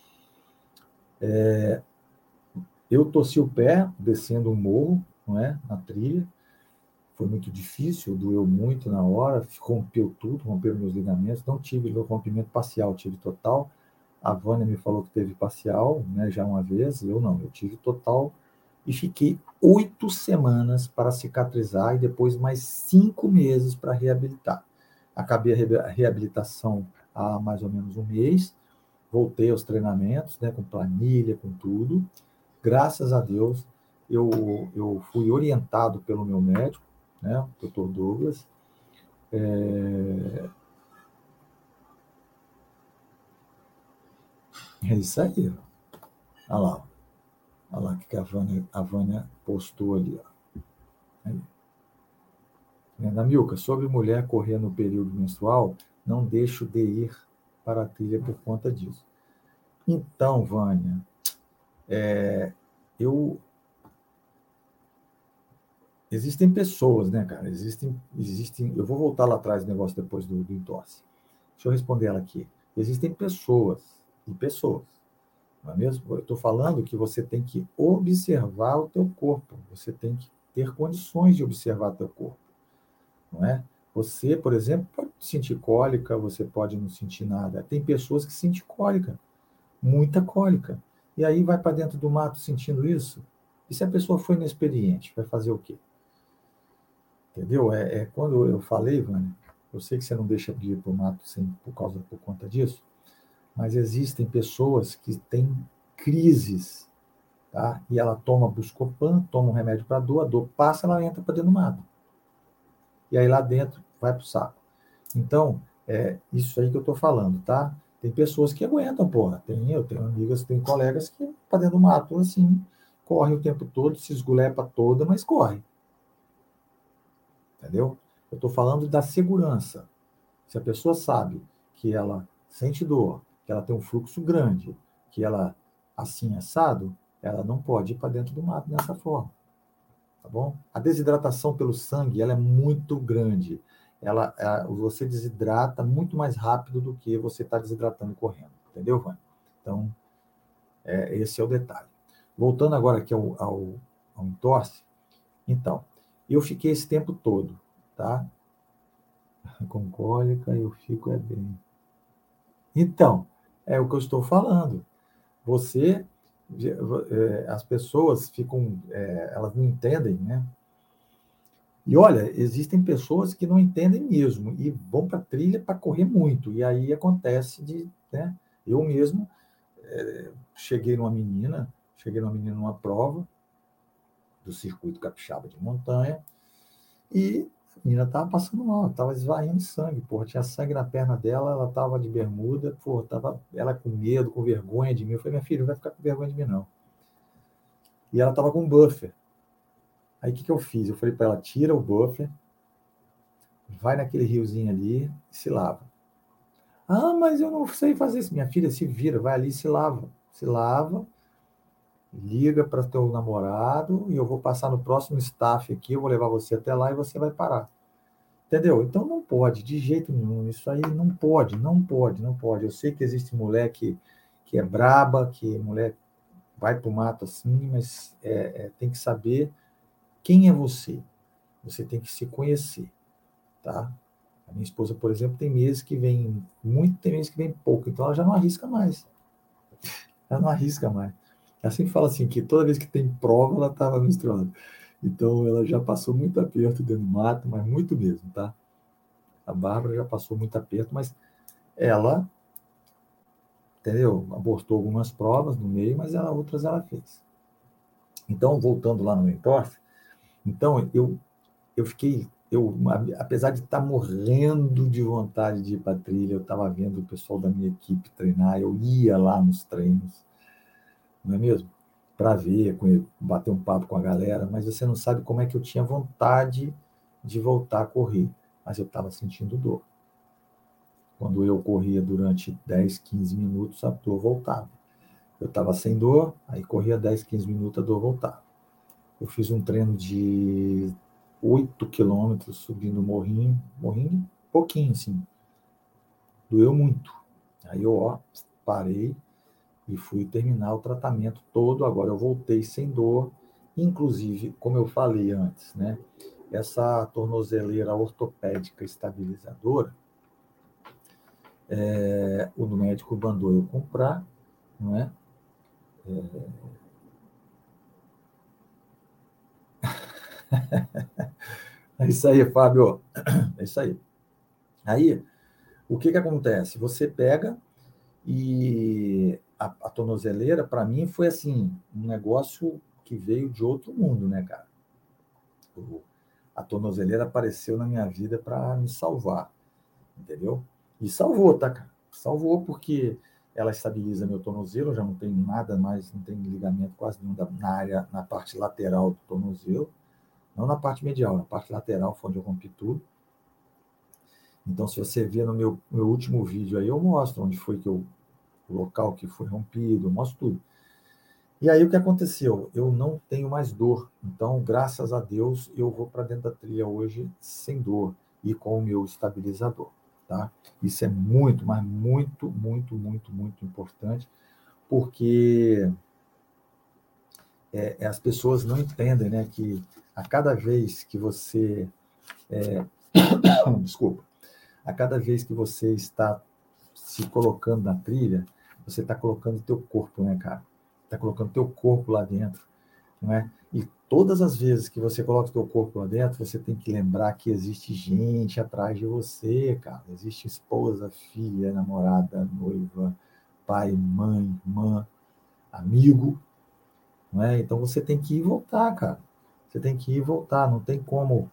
eu torci o pé descendo um morro, não é? Na trilha. Foi muito difícil, doeu muito na hora, rompeu tudo, rompeu meus ligamentos. Não tive rompimento parcial, tive total. A Vânia me falou que teve parcial, né, já uma vez, eu não, eu tive total e fiquei 8 semanas para cicatrizar e depois mais 5 meses para reabilitar. Acabei a reabilitação há mais ou menos um mês, voltei aos treinamentos, né, com planilha, com tudo. Graças a Deus, eu fui orientado pelo meu médico, né, o Dr. Douglas. É isso aí. Olha lá o que a Vânia postou ali. Ó. Milka, sobre mulher correr no período menstrual, não deixo de ir para a trilha por conta disso. Então, Vânia, existem pessoas, né, cara? Existem. Eu vou voltar lá atrás do negócio depois do entorse. Deixa eu responder ela aqui. Existem pessoas e pessoas, não é mesmo? Eu estou falando que você tem que observar o teu corpo. Você tem que ter condições de observar o teu corpo, não é? Você, por exemplo, pode sentir cólica, você pode não sentir nada. Tem pessoas que sentem cólica, muita cólica. E aí vai para dentro do mato sentindo isso? E se a pessoa foi inexperiente, vai fazer o quê? Entendeu? Quando eu falei, Vânia, eu sei que você não deixa de ir para o mato por conta disso, mas existem pessoas que têm crises, tá? E ela toma Buscopan, toma um remédio para a dor passa, ela entra para dentro do mato. E aí lá dentro vai para o saco. Então, é isso aí que eu estou falando, tá? Tem pessoas que aguentam, porra. Eu tenho amigas, tenho colegas que para dentro do mato, assim, corre o tempo todo, se esgulepa toda, mas corre. Entendeu? Eu estou falando da segurança. Se a pessoa sabe que ela sente dor, que ela tem um fluxo grande, que ela, assim, assado, ela não pode ir para dentro do mato dessa forma. Tá bom? A desidratação pelo sangue, ela é muito grande. Você desidrata muito mais rápido do que você está desidratando correndo. Entendeu, Vânia? Então, esse é o detalhe. Voltando agora aqui ao entorse, então, eu fiquei esse tempo todo, tá? Com cólica, eu fico bem. Então, é o que eu estou falando. Você, as pessoas ficam, elas não entendem, né? E olha, existem pessoas que não entendem mesmo e vão para a trilha para correr muito. E aí acontece né? Eu mesmo cheguei numa menina numa prova do circuito capixaba de montanha e a menina estava passando mal, estava esvaindo sangue, porra, tinha sangue na perna dela, ela estava de bermuda, porra, tava ela com medo, com vergonha de mim. Eu falei, minha filha, não vai ficar com vergonha de mim, não. E ela estava com buffer. Aí o que eu fiz? Eu falei para ela, tira o buffer, vai naquele riozinho ali e se lava. Ah, mas eu não sei fazer isso. Minha filha, se vira, vai ali e se lava, liga para teu namorado e eu vou passar no próximo staff aqui, eu vou levar você até lá e você vai parar. Entendeu? Então não pode, de jeito nenhum. Isso aí não pode, não pode, não pode. Eu sei que existe mulher que é braba, que mulher vai para o mato assim, mas tem que saber quem é você. Você tem que se conhecer, tá? A minha esposa, por exemplo, tem meses que vem muito, tem meses que vem pouco, então ela já não arrisca mais. Ela não arrisca mais. Ela sempre fala assim, que toda vez que tem prova, ela estava menstruando. Então ela já passou muito aperto dentro do mato, mas muito mesmo, tá? A Bárbara já passou muito aperto, mas ela, entendeu? Abortou algumas provas no meio, mas outras ela fez. Então, voltando lá no Entorf, então eu fiquei, apesar de estar morrendo de vontade de ir para a trilha, eu estava vendo o pessoal da minha equipe treinar, eu ia lá nos treinos, não é mesmo? Para ver, bater um papo com a galera, mas você não sabe como é que eu tinha vontade de voltar a correr, mas eu estava sentindo dor. Quando eu corria durante 10, 15 minutos, a dor voltava. Eu estava sem dor, aí corria 10, 15 minutos, a dor voltava. Eu fiz um treino de 8 quilômetros subindo morrinho, pouquinho assim, doeu muito. Aí eu parei e fui terminar o tratamento todo. Agora eu voltei sem dor, inclusive, como eu falei antes, né? Essa tornozeleira ortopédica estabilizadora, o médico mandou eu comprar, não é? É isso aí, Fábio. É isso aí. Aí, o que acontece? Você pega e a tornozeleira, para mim, foi assim, um negócio que veio de outro mundo, né, cara? A tornozeleira apareceu na minha vida para me salvar, entendeu? E salvou, tá, cara? Salvou porque ela estabiliza meu tornozelo, já não tem nada mais, não tem ligamento quase nenhum na parte lateral do tornozelo, Não na parte medial, na parte lateral foi onde eu rompi tudo. Então, se você ver no meu último vídeo aí, eu mostro onde foi o local que foi rompido, eu mostro tudo. E aí o que aconteceu? Eu não tenho mais dor. Então, graças a Deus, eu vou para dentro da trilha hoje sem dor e com o meu estabilizador, tá? Isso é muito, mas muito, muito, muito, muito importante, porque as pessoas não entendem, né, que a cada vez que você, desculpa, a cada vez que você está se colocando na trilha, você está colocando o teu corpo, né, cara? Está colocando o teu corpo lá dentro, não é? E todas as vezes que você coloca o teu corpo lá dentro, você tem que lembrar que existe gente atrás de você, cara. Existe esposa, filha, namorada, noiva, pai, mãe, irmã, amigo, não é? Então você tem que ir e voltar, cara. Você tem que ir e voltar. Não tem como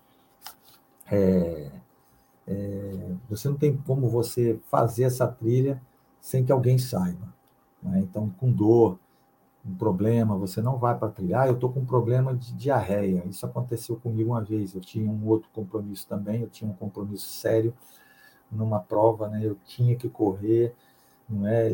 você não tem como você fazer essa trilha sem que alguém saiba, né? Então, com dor, um problema, você não vai para trilhar. Eu estou com um problema de diarreia. Isso aconteceu comigo uma vez. Eu tinha um outro compromisso também. Eu tinha um compromisso sério numa prova, né? Eu tinha que correr, não é?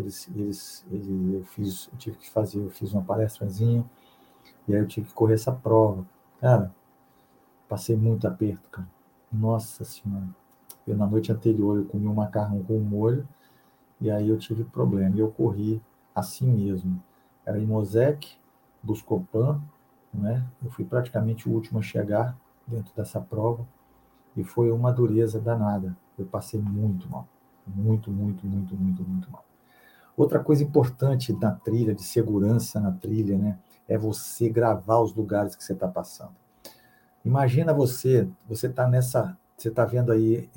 Eu fiz uma palestrazinha e aí eu tive que correr essa prova. Cara, passei muito aperto, cara. Nossa Senhora. Na noite anterior eu comi um macarrão com molho e aí eu tive problema. E eu corri assim mesmo. Era em Mosec, Buscopan, né? Eu fui praticamente o último a chegar dentro dessa prova e foi uma dureza danada. Eu passei muito mal. Muito, muito, muito, muito, muito mal. Outra coisa importante na trilha, de segurança na trilha, né? É você gravar os lugares que você está passando. Imagina você está você está vendo aí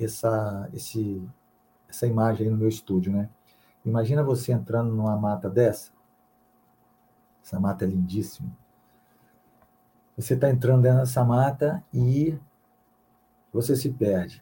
essa imagem aí no meu estúdio, né? Imagina você entrando numa mata dessa. Essa mata é lindíssima. Você está entrando dentro dessa mata e você se perde,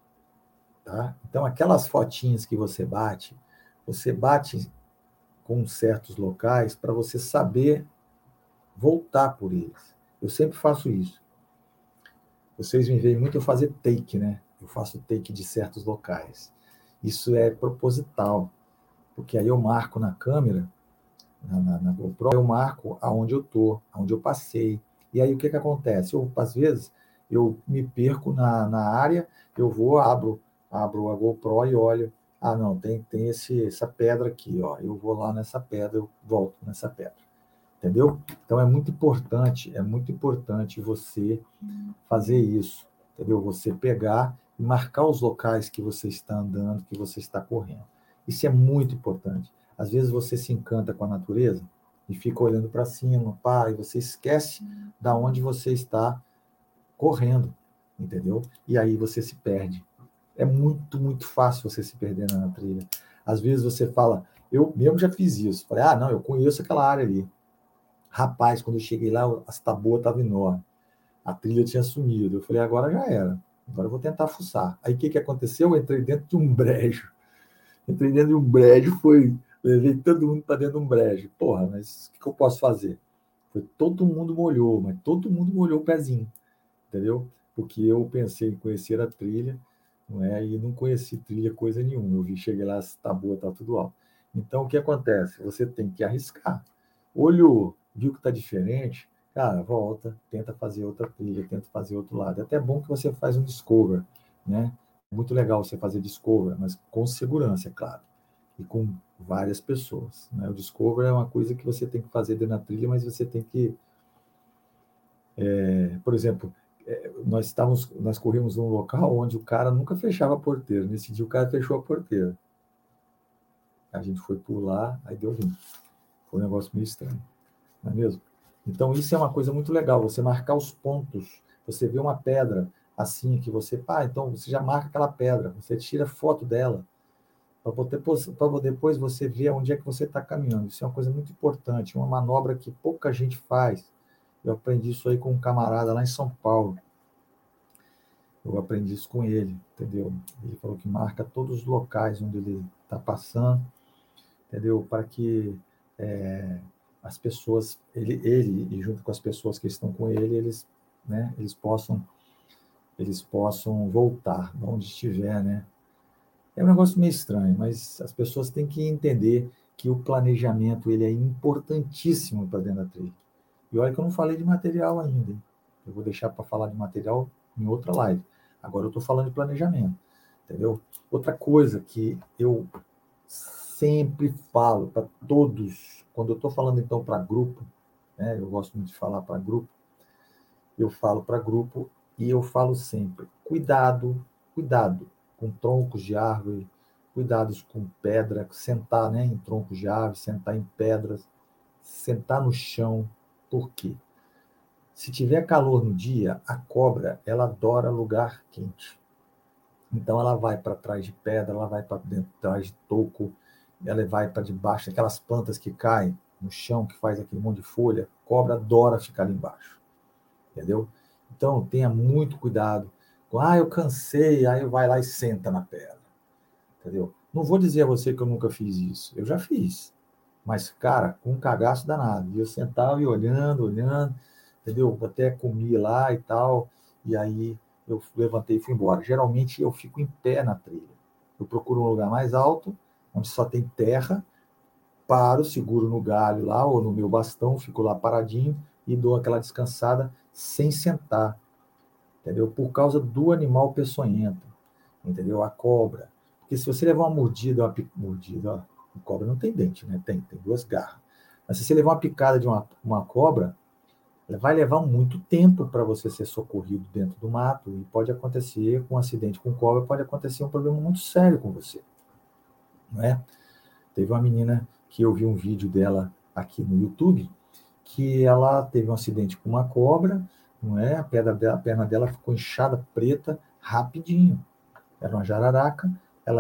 tá? Então, aquelas fotinhas que você bate com certos locais para você saber voltar por eles. Eu sempre faço isso. Vocês me veem muito eu fazer take, né? Eu faço take de certos locais. Isso é proposital, porque aí eu marco na câmera, na GoPro, eu marco aonde eu tô, aonde eu passei. E aí o que acontece? Às vezes eu me perco na área, eu vou, abro a GoPro e olho. Ah, não, tem essa pedra aqui, ó. Eu vou lá nessa pedra, eu volto nessa pedra. Entendeu? Então é muito importante você fazer isso, entendeu? Você pegar e marcar os locais que você está andando, que você está correndo. Isso é muito importante. Às vezes você se encanta com a natureza e fica olhando para cima, pá, e você esquece da onde você está correndo, entendeu? E aí você se perde. É muito, muito fácil você se perder na trilha. Às vezes você fala, eu mesmo já fiz isso. Falei, ah, não, eu conheço aquela área ali. Rapaz, quando eu cheguei lá, as taboas estavam enormes. A trilha tinha sumido. Eu falei, agora já era. Agora eu vou tentar fuçar. Aí o que aconteceu? Eu entrei dentro de um brejo. Entrei dentro de um brejo, levei todo mundo para dentro de um brejo. Porra, mas o que eu posso fazer? Todo mundo molhou, mas todo mundo molhou o pezinho, entendeu? Porque eu pensei em conhecer a trilha, não é? E não conheci trilha coisa nenhuma. Cheguei lá, as tabuas tá tudo alto. Então o que acontece? Você tem que arriscar. Olhou, viu que está diferente, cara, volta, tenta fazer outra trilha, tenta fazer outro lado. É até bom que você faz um discover, né? Muito legal você fazer discover, mas com segurança, é claro, e com várias pessoas, né? O discover é uma coisa que você tem que fazer dentro da trilha, mas você tem que, por exemplo, nós corrimos num local onde o cara nunca fechava a porteira. Nesse dia o cara fechou a porteira. A gente foi pular, aí deu ruim. Foi um negócio meio estranho, não é mesmo? Então, isso é uma coisa muito legal, você marcar os pontos. Você vê uma pedra assim, que você, então você já marca aquela pedra, você tira foto dela, para depois você ver onde é que você está caminhando. Isso é uma coisa muito importante, uma manobra que pouca gente faz. Eu aprendi isso aí com um camarada lá em São Paulo. Eu aprendi isso com ele, entendeu? Ele falou que marca todos os locais onde ele está passando, entendeu? Para que as pessoas, ele e junto com as pessoas que estão com ele, eles né, eles possam voltar de onde estiver, né? É um negócio meio estranho, mas as pessoas têm que entender que o planejamento ele é importantíssimo para dentro da trilha. E olha que eu não falei de material ainda, hein? Eu vou deixar para falar de material em outra live. Agora eu estou falando de planejamento, entendeu? Outra coisa que eu sempre falo para todos, quando eu estou falando então para grupo, né? Eu gosto muito de falar para grupo, eu falo para grupo e eu falo sempre, cuidado, cuidado com troncos de árvore, cuidados com pedra, sentar, né, em troncos de árvore, sentar em pedras, sentar no chão. Por quê? Se tiver calor no dia, a cobra, ela adora lugar quente. Então ela vai para trás de pedra, ela vai para trás de toco, ela vai para debaixo, aquelas plantas que caem no chão, que faz aquele monte de folha, a cobra adora ficar ali embaixo, entendeu? Então tenha muito cuidado. Eu cansei, aí vai lá e senta na pedra, entendeu? Não vou dizer a você que eu nunca fiz isso, eu já fiz, mas, cara, com um cagaço danado. E eu sentava e olhando, olhando, entendeu? Até comia lá e tal, e aí eu levantei e fui embora. Geralmente eu fico em pé na trilha. Eu procuro um lugar mais alto, onde só tem terra, paro, seguro no galho lá, ou no meu bastão, fico lá paradinho e dou aquela descansada sem sentar, entendeu? Por causa do animal peçonhento, entendeu? A cobra. Porque se você levar uma mordida, mordida, ó, a cobra não tem dente, né? Tem duas garras. Mas se você levar uma picada de uma cobra, ela vai levar muito tempo para você ser socorrido dentro do mato e pode acontecer com um acidente com cobra, pode acontecer um problema muito sério com você, não é? Teve uma menina que eu vi um vídeo dela aqui no YouTube que ela teve um acidente com uma cobra, não é? A perna dela ficou inchada, preta, rapidinho. Era uma jararaca,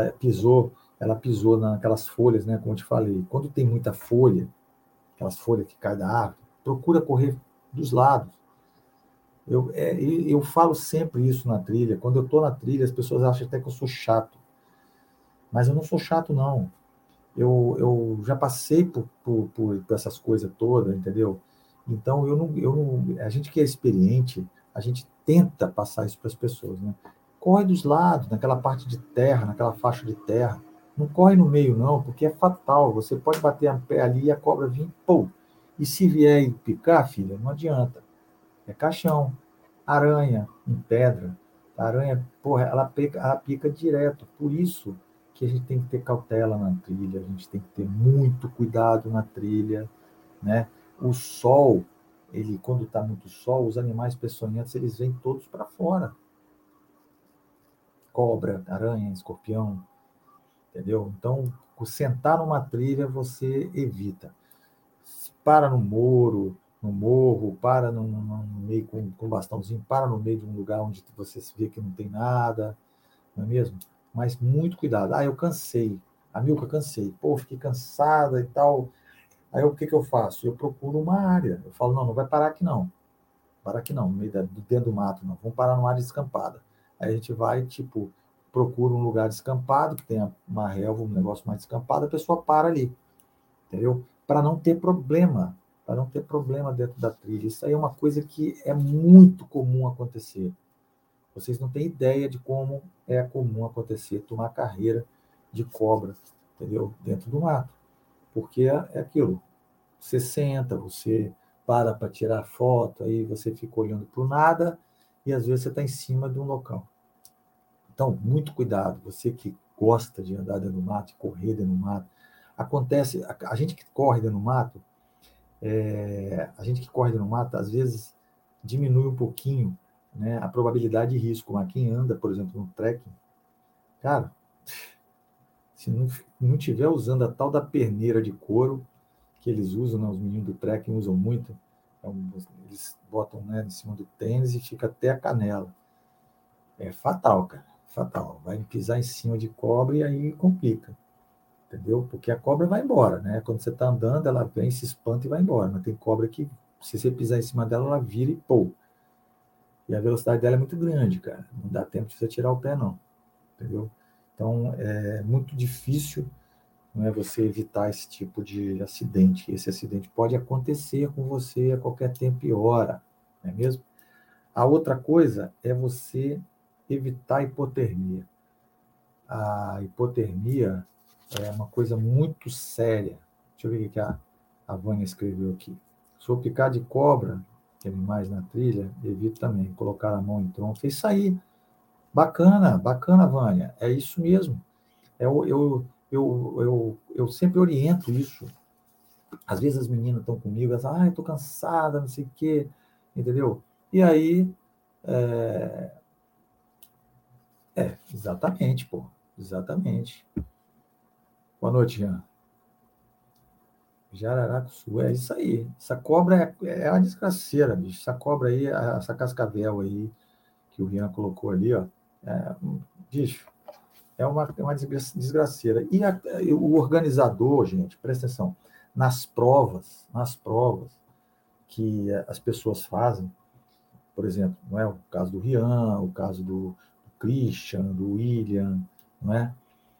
ela pisou naquelas folhas, né, como eu te falei. Quando tem muita folha, aquelas folhas que caem da árvore, procura correr dos lados. Eu falo sempre isso na trilha. Quando eu estou na trilha, as pessoas acham até que eu sou chato. Mas eu não sou chato, não. Eu já passei por essas coisas todas, entendeu? Então, a gente que é experiente, a gente tenta passar isso para as pessoas, né? Corre dos lados, naquela parte de terra, naquela faixa de terra. Não corre no meio, não, porque é fatal. Você pode bater a pé ali e a cobra vir, pô. E se vier e picar, filha, não adianta. É caixão, aranha em pedra. A aranha, porra, ela pica direto. Por isso que a gente tem que ter cautela na trilha, a gente tem que ter muito cuidado na trilha, né? O sol, ele quando está muito sol, os animais peçonhentos, eles vêm todos para fora. Cobra, aranha, escorpião, entendeu? Então, sentar numa trilha você evita. Para no morro, para no meio com um bastãozinho, para no meio de um lugar onde você vê que não tem nada, não é mesmo? Mas muito cuidado. Eu cansei. Amilca, cansei. Pô, fiquei cansada e tal. Aí o que que eu faço? Eu procuro uma área. Eu falo, não, não vai parar aqui não. Para aqui não, no meio dentro do mato, não. Vamos parar numa área descampada. Aí a gente vai, tipo, procura um lugar descampado, que tenha uma relva, um negócio mais descampado, a pessoa para ali, entendeu? Para não ter problema, para não ter problema dentro da trilha. Isso aí é uma coisa que é muito comum acontecer. Vocês não têm ideia de como é comum acontecer tomar carreira de cobra, entendeu? Dentro do mato. Porque é aquilo. Você senta, você para tirar foto, aí você fica olhando para o nada e às vezes você está em cima de um local. Então, muito cuidado. Você que gosta de andar dentro do mato, de correr dentro do mato. Acontece, a gente que corre dentro do mato, a gente que corre dentro do mato, às vezes diminui um pouquinho, né, a probabilidade de risco. Mas quem anda, por exemplo, no trekking, cara, se não tiver usando a tal da perneira de couro que eles usam, né, os meninos do trekking usam muito, eles botam, né, em cima do tênis e fica até a canela. É fatal, cara, fatal. Vai pisar em cima de cobra e aí complica, entendeu? Porque a cobra vai embora, né? Quando você está andando, ela vem, se espanta e vai embora. Mas tem cobra que, se você pisar em cima dela, ela vira e pô. E a velocidade dela é muito grande, cara. Não dá tempo de você tirar o pé, não, entendeu? Então, é muito difícil, não é, você evitar esse tipo de acidente. Esse acidente pode acontecer com você a qualquer tempo e hora, não é mesmo? A outra coisa é você evitar a hipotermia. A hipotermia é uma coisa muito séria. Deixa eu ver o que a Vânia escreveu aqui. Se for picar de cobra, que é animais na trilha, evite também colocar a mão em tronco. Isso aí, bacana, bacana, Vânia. É isso mesmo. Eu sempre oriento isso. Às vezes as meninas estão comigo, elas falam, estou cansada, não sei o quê, entendeu? E aí, é, exatamente, pô, exatamente. Boa noite, Jean. Jararacuçu, é isso aí. Essa cobra é uma desgraceira, bicho. Essa cobra aí, essa cascavel aí, que o Rian colocou ali, ó, bicho, é uma desgraceira. E o organizador, gente, presta atenção, nas provas que as pessoas fazem, por exemplo, não é o caso do Rian, o caso do Christian, do William, não é?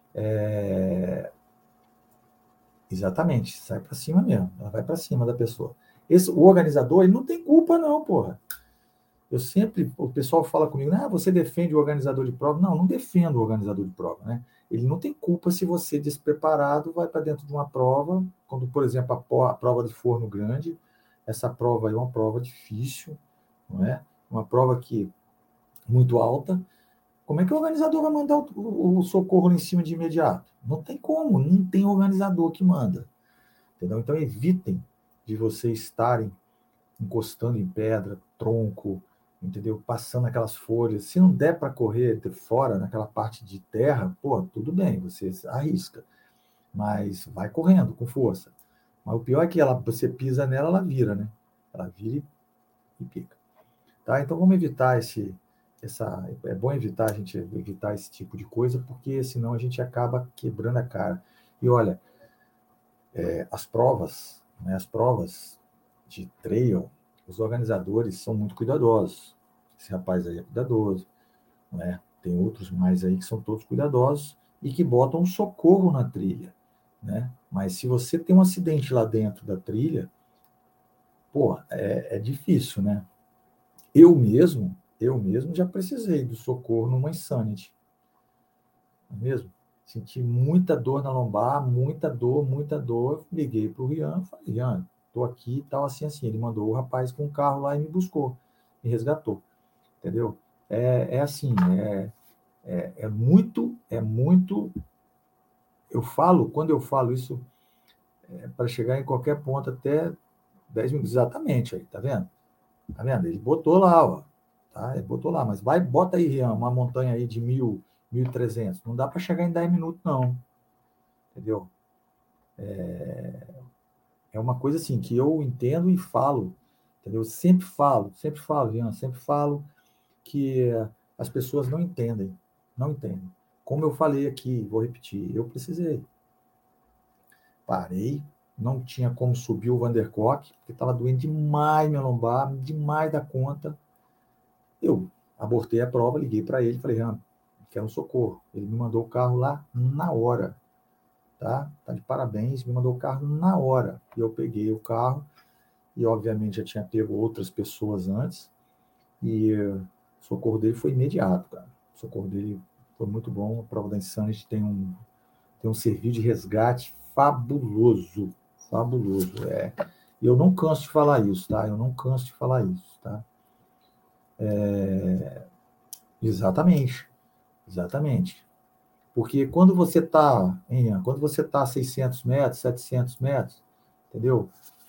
Exatamente, sai para cima mesmo, ela vai para cima da pessoa. O organizador, ele não tem culpa não, porra. O pessoal fala comigo, você defende o organizador de prova? Não, não defendo o organizador de prova, né? Ele não tem culpa se você, despreparado, vai para dentro de uma prova, quando, por exemplo, a prova de forno grande, essa prova é uma prova difícil, não é? Uma prova que muito alta. Como é que o organizador vai mandar o socorro lá em cima de imediato? Não tem como, não tem organizador que manda, entendeu? Então evitem de vocês estarem encostando em pedra, tronco, entendeu? Passando aquelas folhas. Se não der para correr de fora, naquela parte de terra, pô, tudo bem, você arrisca. Mas vai correndo com força. Mas o pior é que você pisa nela, ela vira, né? Ela vira e pica. Tá? Então vamos evitar é bom evitar a gente evitar esse tipo de coisa, porque senão a gente acaba quebrando a cara. E olha, as provas, né, as provas de trail, os organizadores são muito cuidadosos. Esse rapaz aí é cuidadoso, né? Tem outros mais aí que são todos cuidadosos e que botam um socorro na trilha, né? Mas se você tem um acidente lá dentro da trilha, pô, é difícil, né? Eu mesmo já precisei do socorro numa Insanity, não é mesmo? Senti muita dor na lombar, muita dor. Liguei para o Rian, falei, Rian, estou aqui e tal, assim, assim. Ele mandou o rapaz com o carro lá e me buscou, me resgatou, entendeu? Assim, é muito. Quando eu falo isso, para chegar em qualquer ponto até 10 minutos, exatamente aí, tá vendo? Tá vendo? Ele botou lá, ó, tá? Ele botou lá, mas bota aí, Rian, uma montanha aí de 1.300. Não dá para chegar em 10 minutos, não, entendeu? É uma coisa assim que eu entendo e falo, entendeu? Sempre falo, Jean, sempre falo que as pessoas não entendem, não entendem. Como eu falei aqui, vou repetir, eu precisei. Parei, não tinha como subir o Vandercock, porque estava doendo demais minha lombar, demais da conta. Eu abortei a prova, liguei para ele, falei, Jean, quero um socorro. Ele me mandou o carro lá na hora, tá? Tá de parabéns, me mandou o carro na hora. E eu peguei o carro, e obviamente já tinha pego outras pessoas antes, e o socorro dele foi imediato, cara. O socorro dele foi muito bom. A prova da Insanity tem um serviço de resgate fabuloso, fabuloso, E eu não canso de falar isso, tá? Eu não canso de falar isso, tá? Exatamente, exatamente. Porque quando você está a 600 metros, 700 metros, entendeu?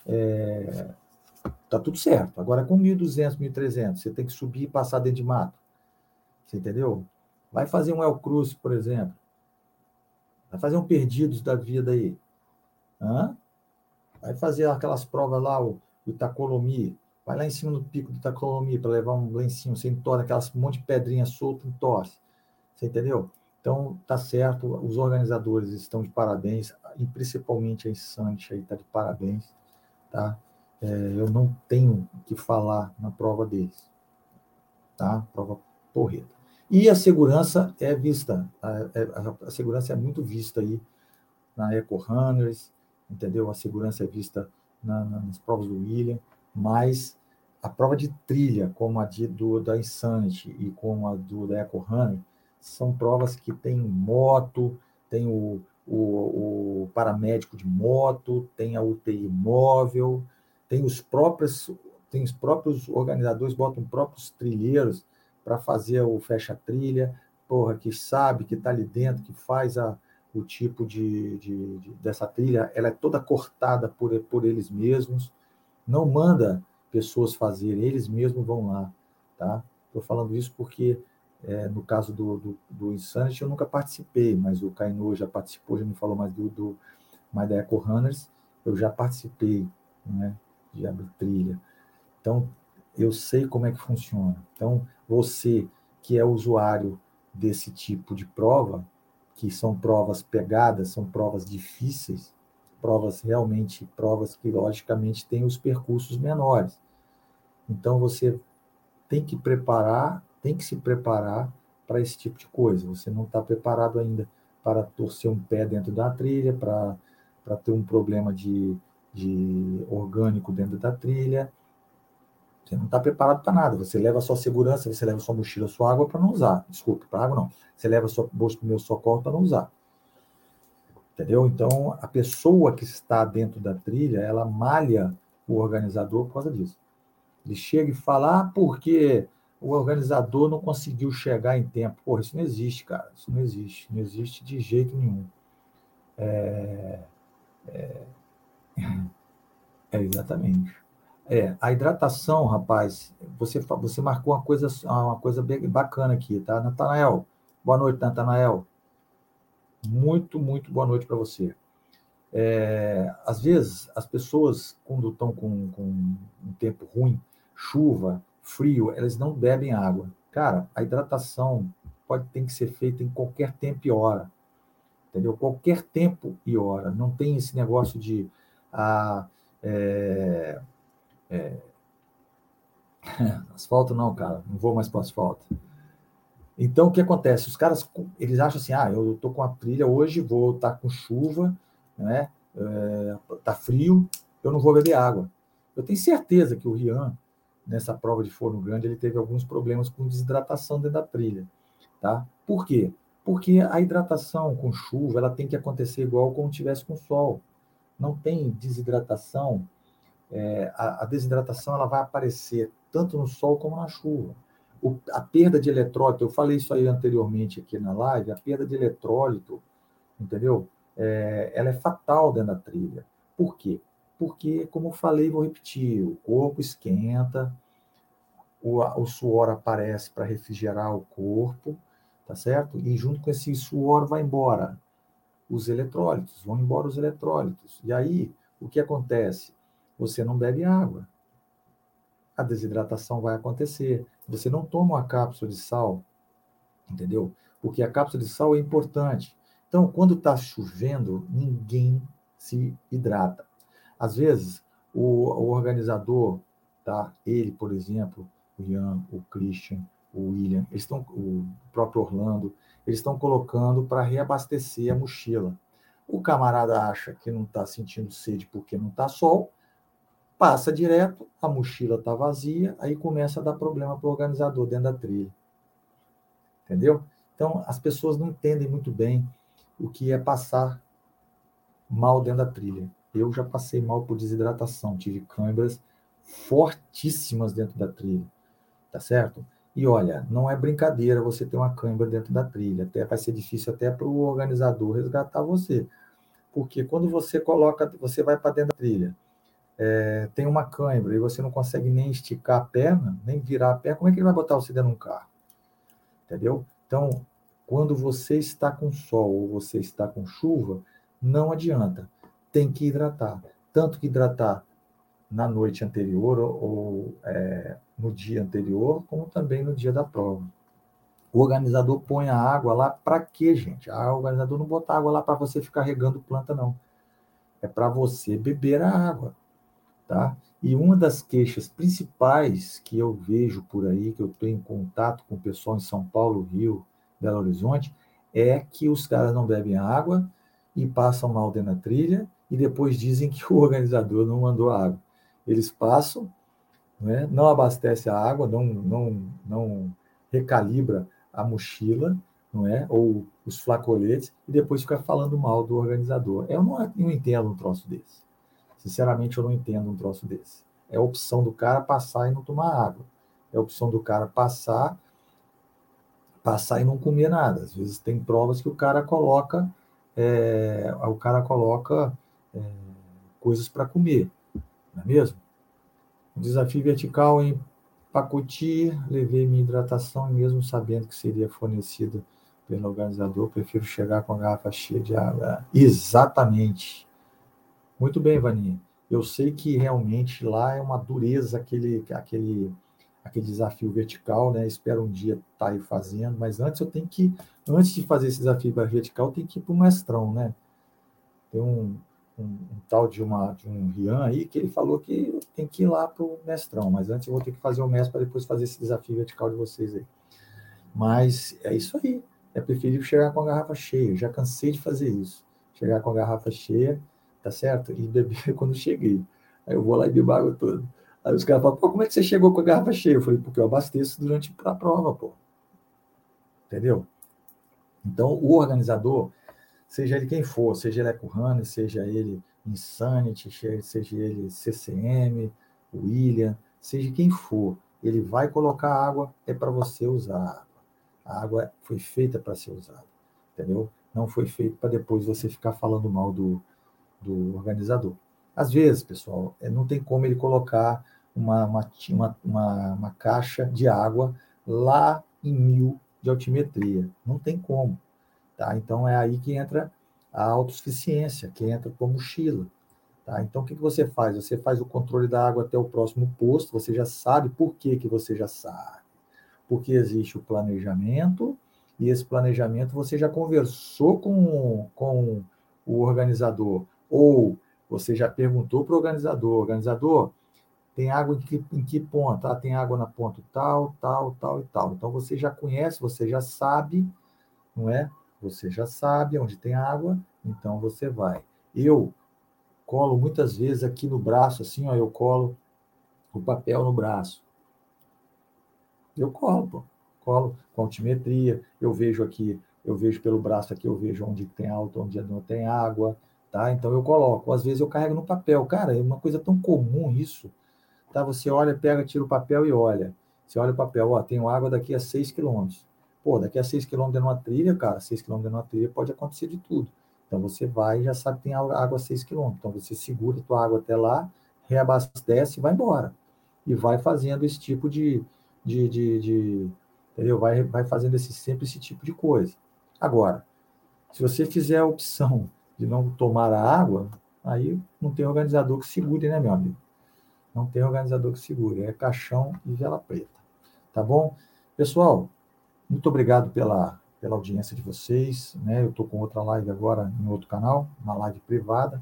Tá tudo certo. Agora, com 1.200, 1.300, você tem que subir e passar dentro de mato. Você entendeu? Vai fazer um El Cruz, por exemplo. Vai fazer um Perdidos da vida aí. Hã? Vai fazer aquelas provas lá, o Itacolomi. Vai lá em cima do pico do Itacolomi para levar um lencinho. Você entorna aquelas monte de pedrinha solta, entorce. Você entendeu? Então, tá certo. Os organizadores estão de parabéns. E principalmente a Insanity aí está de parabéns. Tá? Eu não tenho o que falar na prova deles. Tá? Prova porreta. E a segurança é vista, a segurança é muito vista aí na Eco Runners, entendeu? A segurança é vista nas provas do William, mas a prova de trilha, como a da Insanity e como a da Eco Runner, são provas que tem moto, tem o paramédico de moto, tem a UTI móvel, tem os próprios organizadores, botam próprios trilheiros para fazer o fecha-trilha, porra, que sabe, que está ali dentro, que faz o tipo dessa trilha, ela é toda cortada por eles mesmos, não manda pessoas fazerem, eles mesmos vão lá, tá? Estou falando isso porque, no caso do Insanity, eu nunca participei, mas o Kainu já participou, já me falou mais da Eco Runners, eu já participei, né, de abrir trilha. Então, eu sei como é que funciona. Então, você que é usuário desse tipo de prova, que são provas pegadas, são provas difíceis, provas que, logicamente, têm os percursos menores. Então, você tem que se preparar para esse tipo de coisa. Você não está preparado ainda para torcer um pé dentro da trilha, para ter um problema de orgânico dentro da trilha. Você não está preparado para nada. Você leva a sua segurança, você leva a sua mochila, a sua água para não usar. Desculpe, para água não. Você leva a sua bolsa de primeiro socorro para não usar. Entendeu? Então, a pessoa que está dentro da trilha, ela malha o organizador por causa disso. Ele chega e fala, porque o organizador não conseguiu chegar em tempo. Porra, isso não existe, cara. Isso não existe. Não existe de jeito nenhum. Exatamente. A hidratação, rapaz, você marcou uma coisa bem bacana aqui, tá? Natanael, boa noite, Natanael. Muito, muito boa noite para você. Às vezes, as pessoas, quando estão com um tempo ruim, chuva, frio, elas não bebem água. Cara, a hidratação tem que ser feita em qualquer tempo e hora, entendeu? Qualquer tempo e hora. Não tem esse negócio de é, asfalto não, cara, não vou mais para asfalto. Então, o que acontece? Os caras, eles acham assim, eu estou com a trilha hoje, vou estar com chuva, né? Tá frio, eu não vou beber água. Eu tenho certeza que o Rian, nessa prova de Forno Grande, ele teve alguns problemas com desidratação dentro da trilha, tá? Por quê? Porque a hidratação com chuva, ela tem que acontecer igual como tivesse com sol. Não tem desidratação, a desidratação ela vai aparecer tanto no sol como na chuva. A perda de eletrólito, eu falei isso aí anteriormente aqui na live, a perda de eletrólito, entendeu? Ela é fatal dentro da trilha. Por quê? Porque, como eu falei, vou repetir, o corpo esquenta, o suor aparece para refrigerar o corpo, tá certo? E junto com esse suor vai embora vão embora os eletrólitos. E aí, o que acontece? Você não bebe água. A desidratação vai acontecer. Você não toma uma cápsula de sal, entendeu? Porque a cápsula de sal é importante. Então, quando está chovendo, ninguém se hidrata. Às vezes, o organizador, tá? Ele, por exemplo, o Ian, o Christian, o William, o próprio Orlando, eles estão colocando para reabastecer a mochila. O camarada acha que não está sentindo sede porque não está sol, passa direto, a mochila está vazia, aí começa a dar problema para o organizador dentro da trilha. Entendeu? Então, as pessoas não entendem muito bem o que é passar mal dentro da trilha. Eu já passei mal por desidratação, tive câimbras fortíssimas dentro da trilha, tá certo? E olha, não é brincadeira você ter uma câimbra dentro da trilha, até vai ser difícil até para o organizador resgatar você, porque quando você vai para dentro da trilha, tem uma câimbra e você não consegue nem esticar a perna, nem virar a perna, como é que ele vai botar você dentro de um carro? Entendeu? Então, quando você está com sol ou você está com chuva, não adianta, tem que hidratar. Tanto que hidratar na noite anterior ou no dia anterior, como também no dia da prova. O organizador põe a água lá para quê, gente? O organizador não bota água lá para você ficar regando planta, não. É para você beber a água, tá? E uma das queixas principais que eu vejo por aí, que eu estou em contato com o pessoal em São Paulo, Rio, Belo Horizonte, é que os caras não bebem água e passam mal dentro da trilha e depois dizem que o organizador não mandou água. Eles passam, não é? Não abastece a água, não recalibra a mochila, não é? Ou os flacoletes, e depois fica falando mal do organizador. Eu não entendo um troço desse. Sinceramente, eu não entendo um troço desse. É a opção do cara passar e não tomar água. É a opção do cara passar e não comer nada. Às vezes tem provas que o cara coloca é, coisas para comer, não é mesmo? O desafio vertical em Pacoti, levei minha hidratação e mesmo sabendo que seria fornecida pelo organizador, prefiro chegar com a garrafa cheia de água. Exatamente. Muito bem, Vaninha. Eu sei que realmente lá é uma dureza aquele desafio vertical, né? Espero um dia estar aí fazendo, mas antes de fazer esse desafio vertical, tem que ir para o mestrão, né? Tem um tal de um Rian aí que ele falou que tem que ir lá para o mestrão, mas antes eu vou ter que fazer o mestre para depois fazer esse desafio vertical de vocês aí. Mas é isso aí. É preferível chegar com a garrafa cheia. Eu já cansei de fazer isso. Chegar com a garrafa cheia, tá certo? E beber quando cheguei. Aí eu vou lá e bebo água toda. Aí os caras falam, pô, como é que você chegou com a garrafa cheia? Eu falei, porque eu abasteço durante a prova, pô. Entendeu? Então, o organizador, seja ele quem for, seja ele EcoRunner, seja ele Insanity, seja ele CCM, William, seja quem for, ele vai colocar água, é para você usar. A água foi feita para ser usada, entendeu? Não foi feita para depois você ficar falando mal do organizador. Às vezes, pessoal, não tem como ele colocar uma caixa de água lá em 1000 de altimetria. Não tem como. Tá? Então, é aí que entra a autossuficiência, que entra com a mochila. Tá? Então, o que você faz? Você faz o controle da água até o próximo posto, você já sabe por que você já sabe. Porque existe o planejamento, e esse planejamento você já conversou com o organizador, ou você já perguntou para o organizador, tem água em que ponto? Ah, tem água na ponta tal, tal, tal e tal. Então você já conhece, você já sabe, não é? Você já sabe onde tem água, então você vai. Eu colo muitas vezes aqui no braço, assim, ó, eu colo o papel no braço. Eu colo, pô. Colo com altimetria, eu vejo aqui, eu vejo pelo braço aqui, eu vejo onde tem alto, onde não tem água, tá? Então eu coloco. Às vezes eu carrego no papel. Cara, é uma coisa tão comum isso, tá? Você olha, pega, tira o papel e olha. Você olha o papel, ó, tenho água daqui a 6 quilômetros. Pô, daqui a 6 quilômetros dentro de uma trilha, cara, 6 quilômetros dentro de uma trilha pode acontecer de tudo. Então você vai e já sabe que tem água a 6 quilômetros. Então você segura a tua água até lá, reabastece e vai embora. E vai fazendo esse tipo de entendeu? Vai fazendo sempre esse tipo de coisa. Agora, se você fizer a opção de não tomar a água, aí não tem organizador que segure, né, meu amigo? Não tem organizador que segure, é caixão e vela preta. Tá bom? Pessoal, muito obrigado pela audiência de vocês, né? Eu estou com outra live agora em outro canal, uma live privada,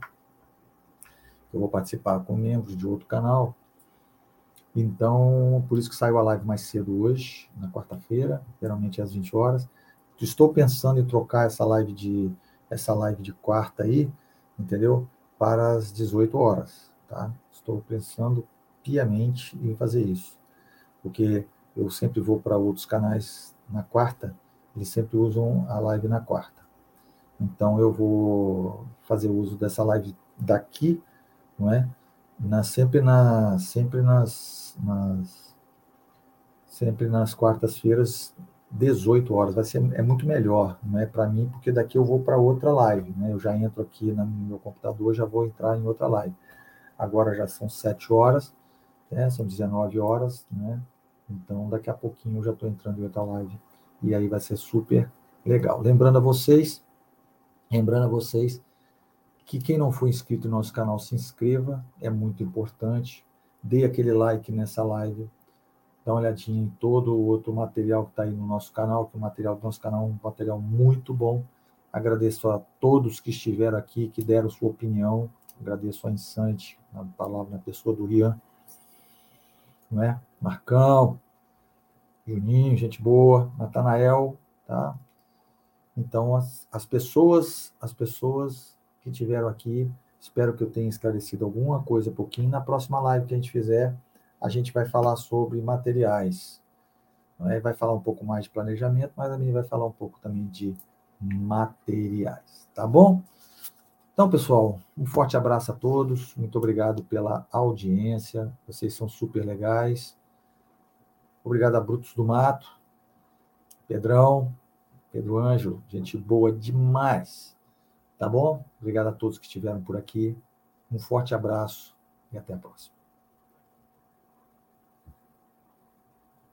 que eu vou participar com membros de outro canal. Então, por isso que saiu a live mais cedo hoje, na quarta-feira, geralmente às 20 horas. Estou pensando em trocar essa live de quarta aí, entendeu? Para as 18 horas, tá? Estou pensando piamente em fazer isso, porque eu sempre vou para outros canais na quarta, eles sempre usam a live na quarta. Então, eu vou fazer uso dessa live daqui, não é? Sempre nas quartas-feiras, 18 horas. É muito melhor, não é para mim, porque daqui eu vou para outra live, né? Eu já entro aqui no meu computador, já vou entrar em outra live. Agora já são 7 horas, né? São 19 horas, né? Então daqui a pouquinho eu já estou entrando em outra live e aí vai ser super legal. Lembrando a vocês que quem não for inscrito no nosso canal, se inscreva, é muito importante. Dê aquele like nessa live, dá uma olhadinha em todo o outro material que está aí no nosso canal, que o material do nosso canal é um material muito bom. Agradeço a todos que estiveram aqui, que deram sua opinião. Agradeço a Insante, na palavra, na pessoa do Rian, não é? Marcão, Juninho, gente boa, Natanael, tá? Então, as pessoas que estiveram aqui, espero que eu tenha esclarecido alguma coisa um pouquinho. Na próxima live que a gente fizer, a gente vai falar sobre materiais. Vai falar um pouco mais de planejamento, mas a minha vai falar um pouco também de materiais, tá bom? Então, pessoal, um forte abraço a todos, muito obrigado pela audiência, vocês são super legais. Obrigado a Brutos do Mato, Pedrão, Pedro Ângelo, gente boa demais, tá bom? Obrigado a todos que estiveram por aqui, um forte abraço e até a próxima.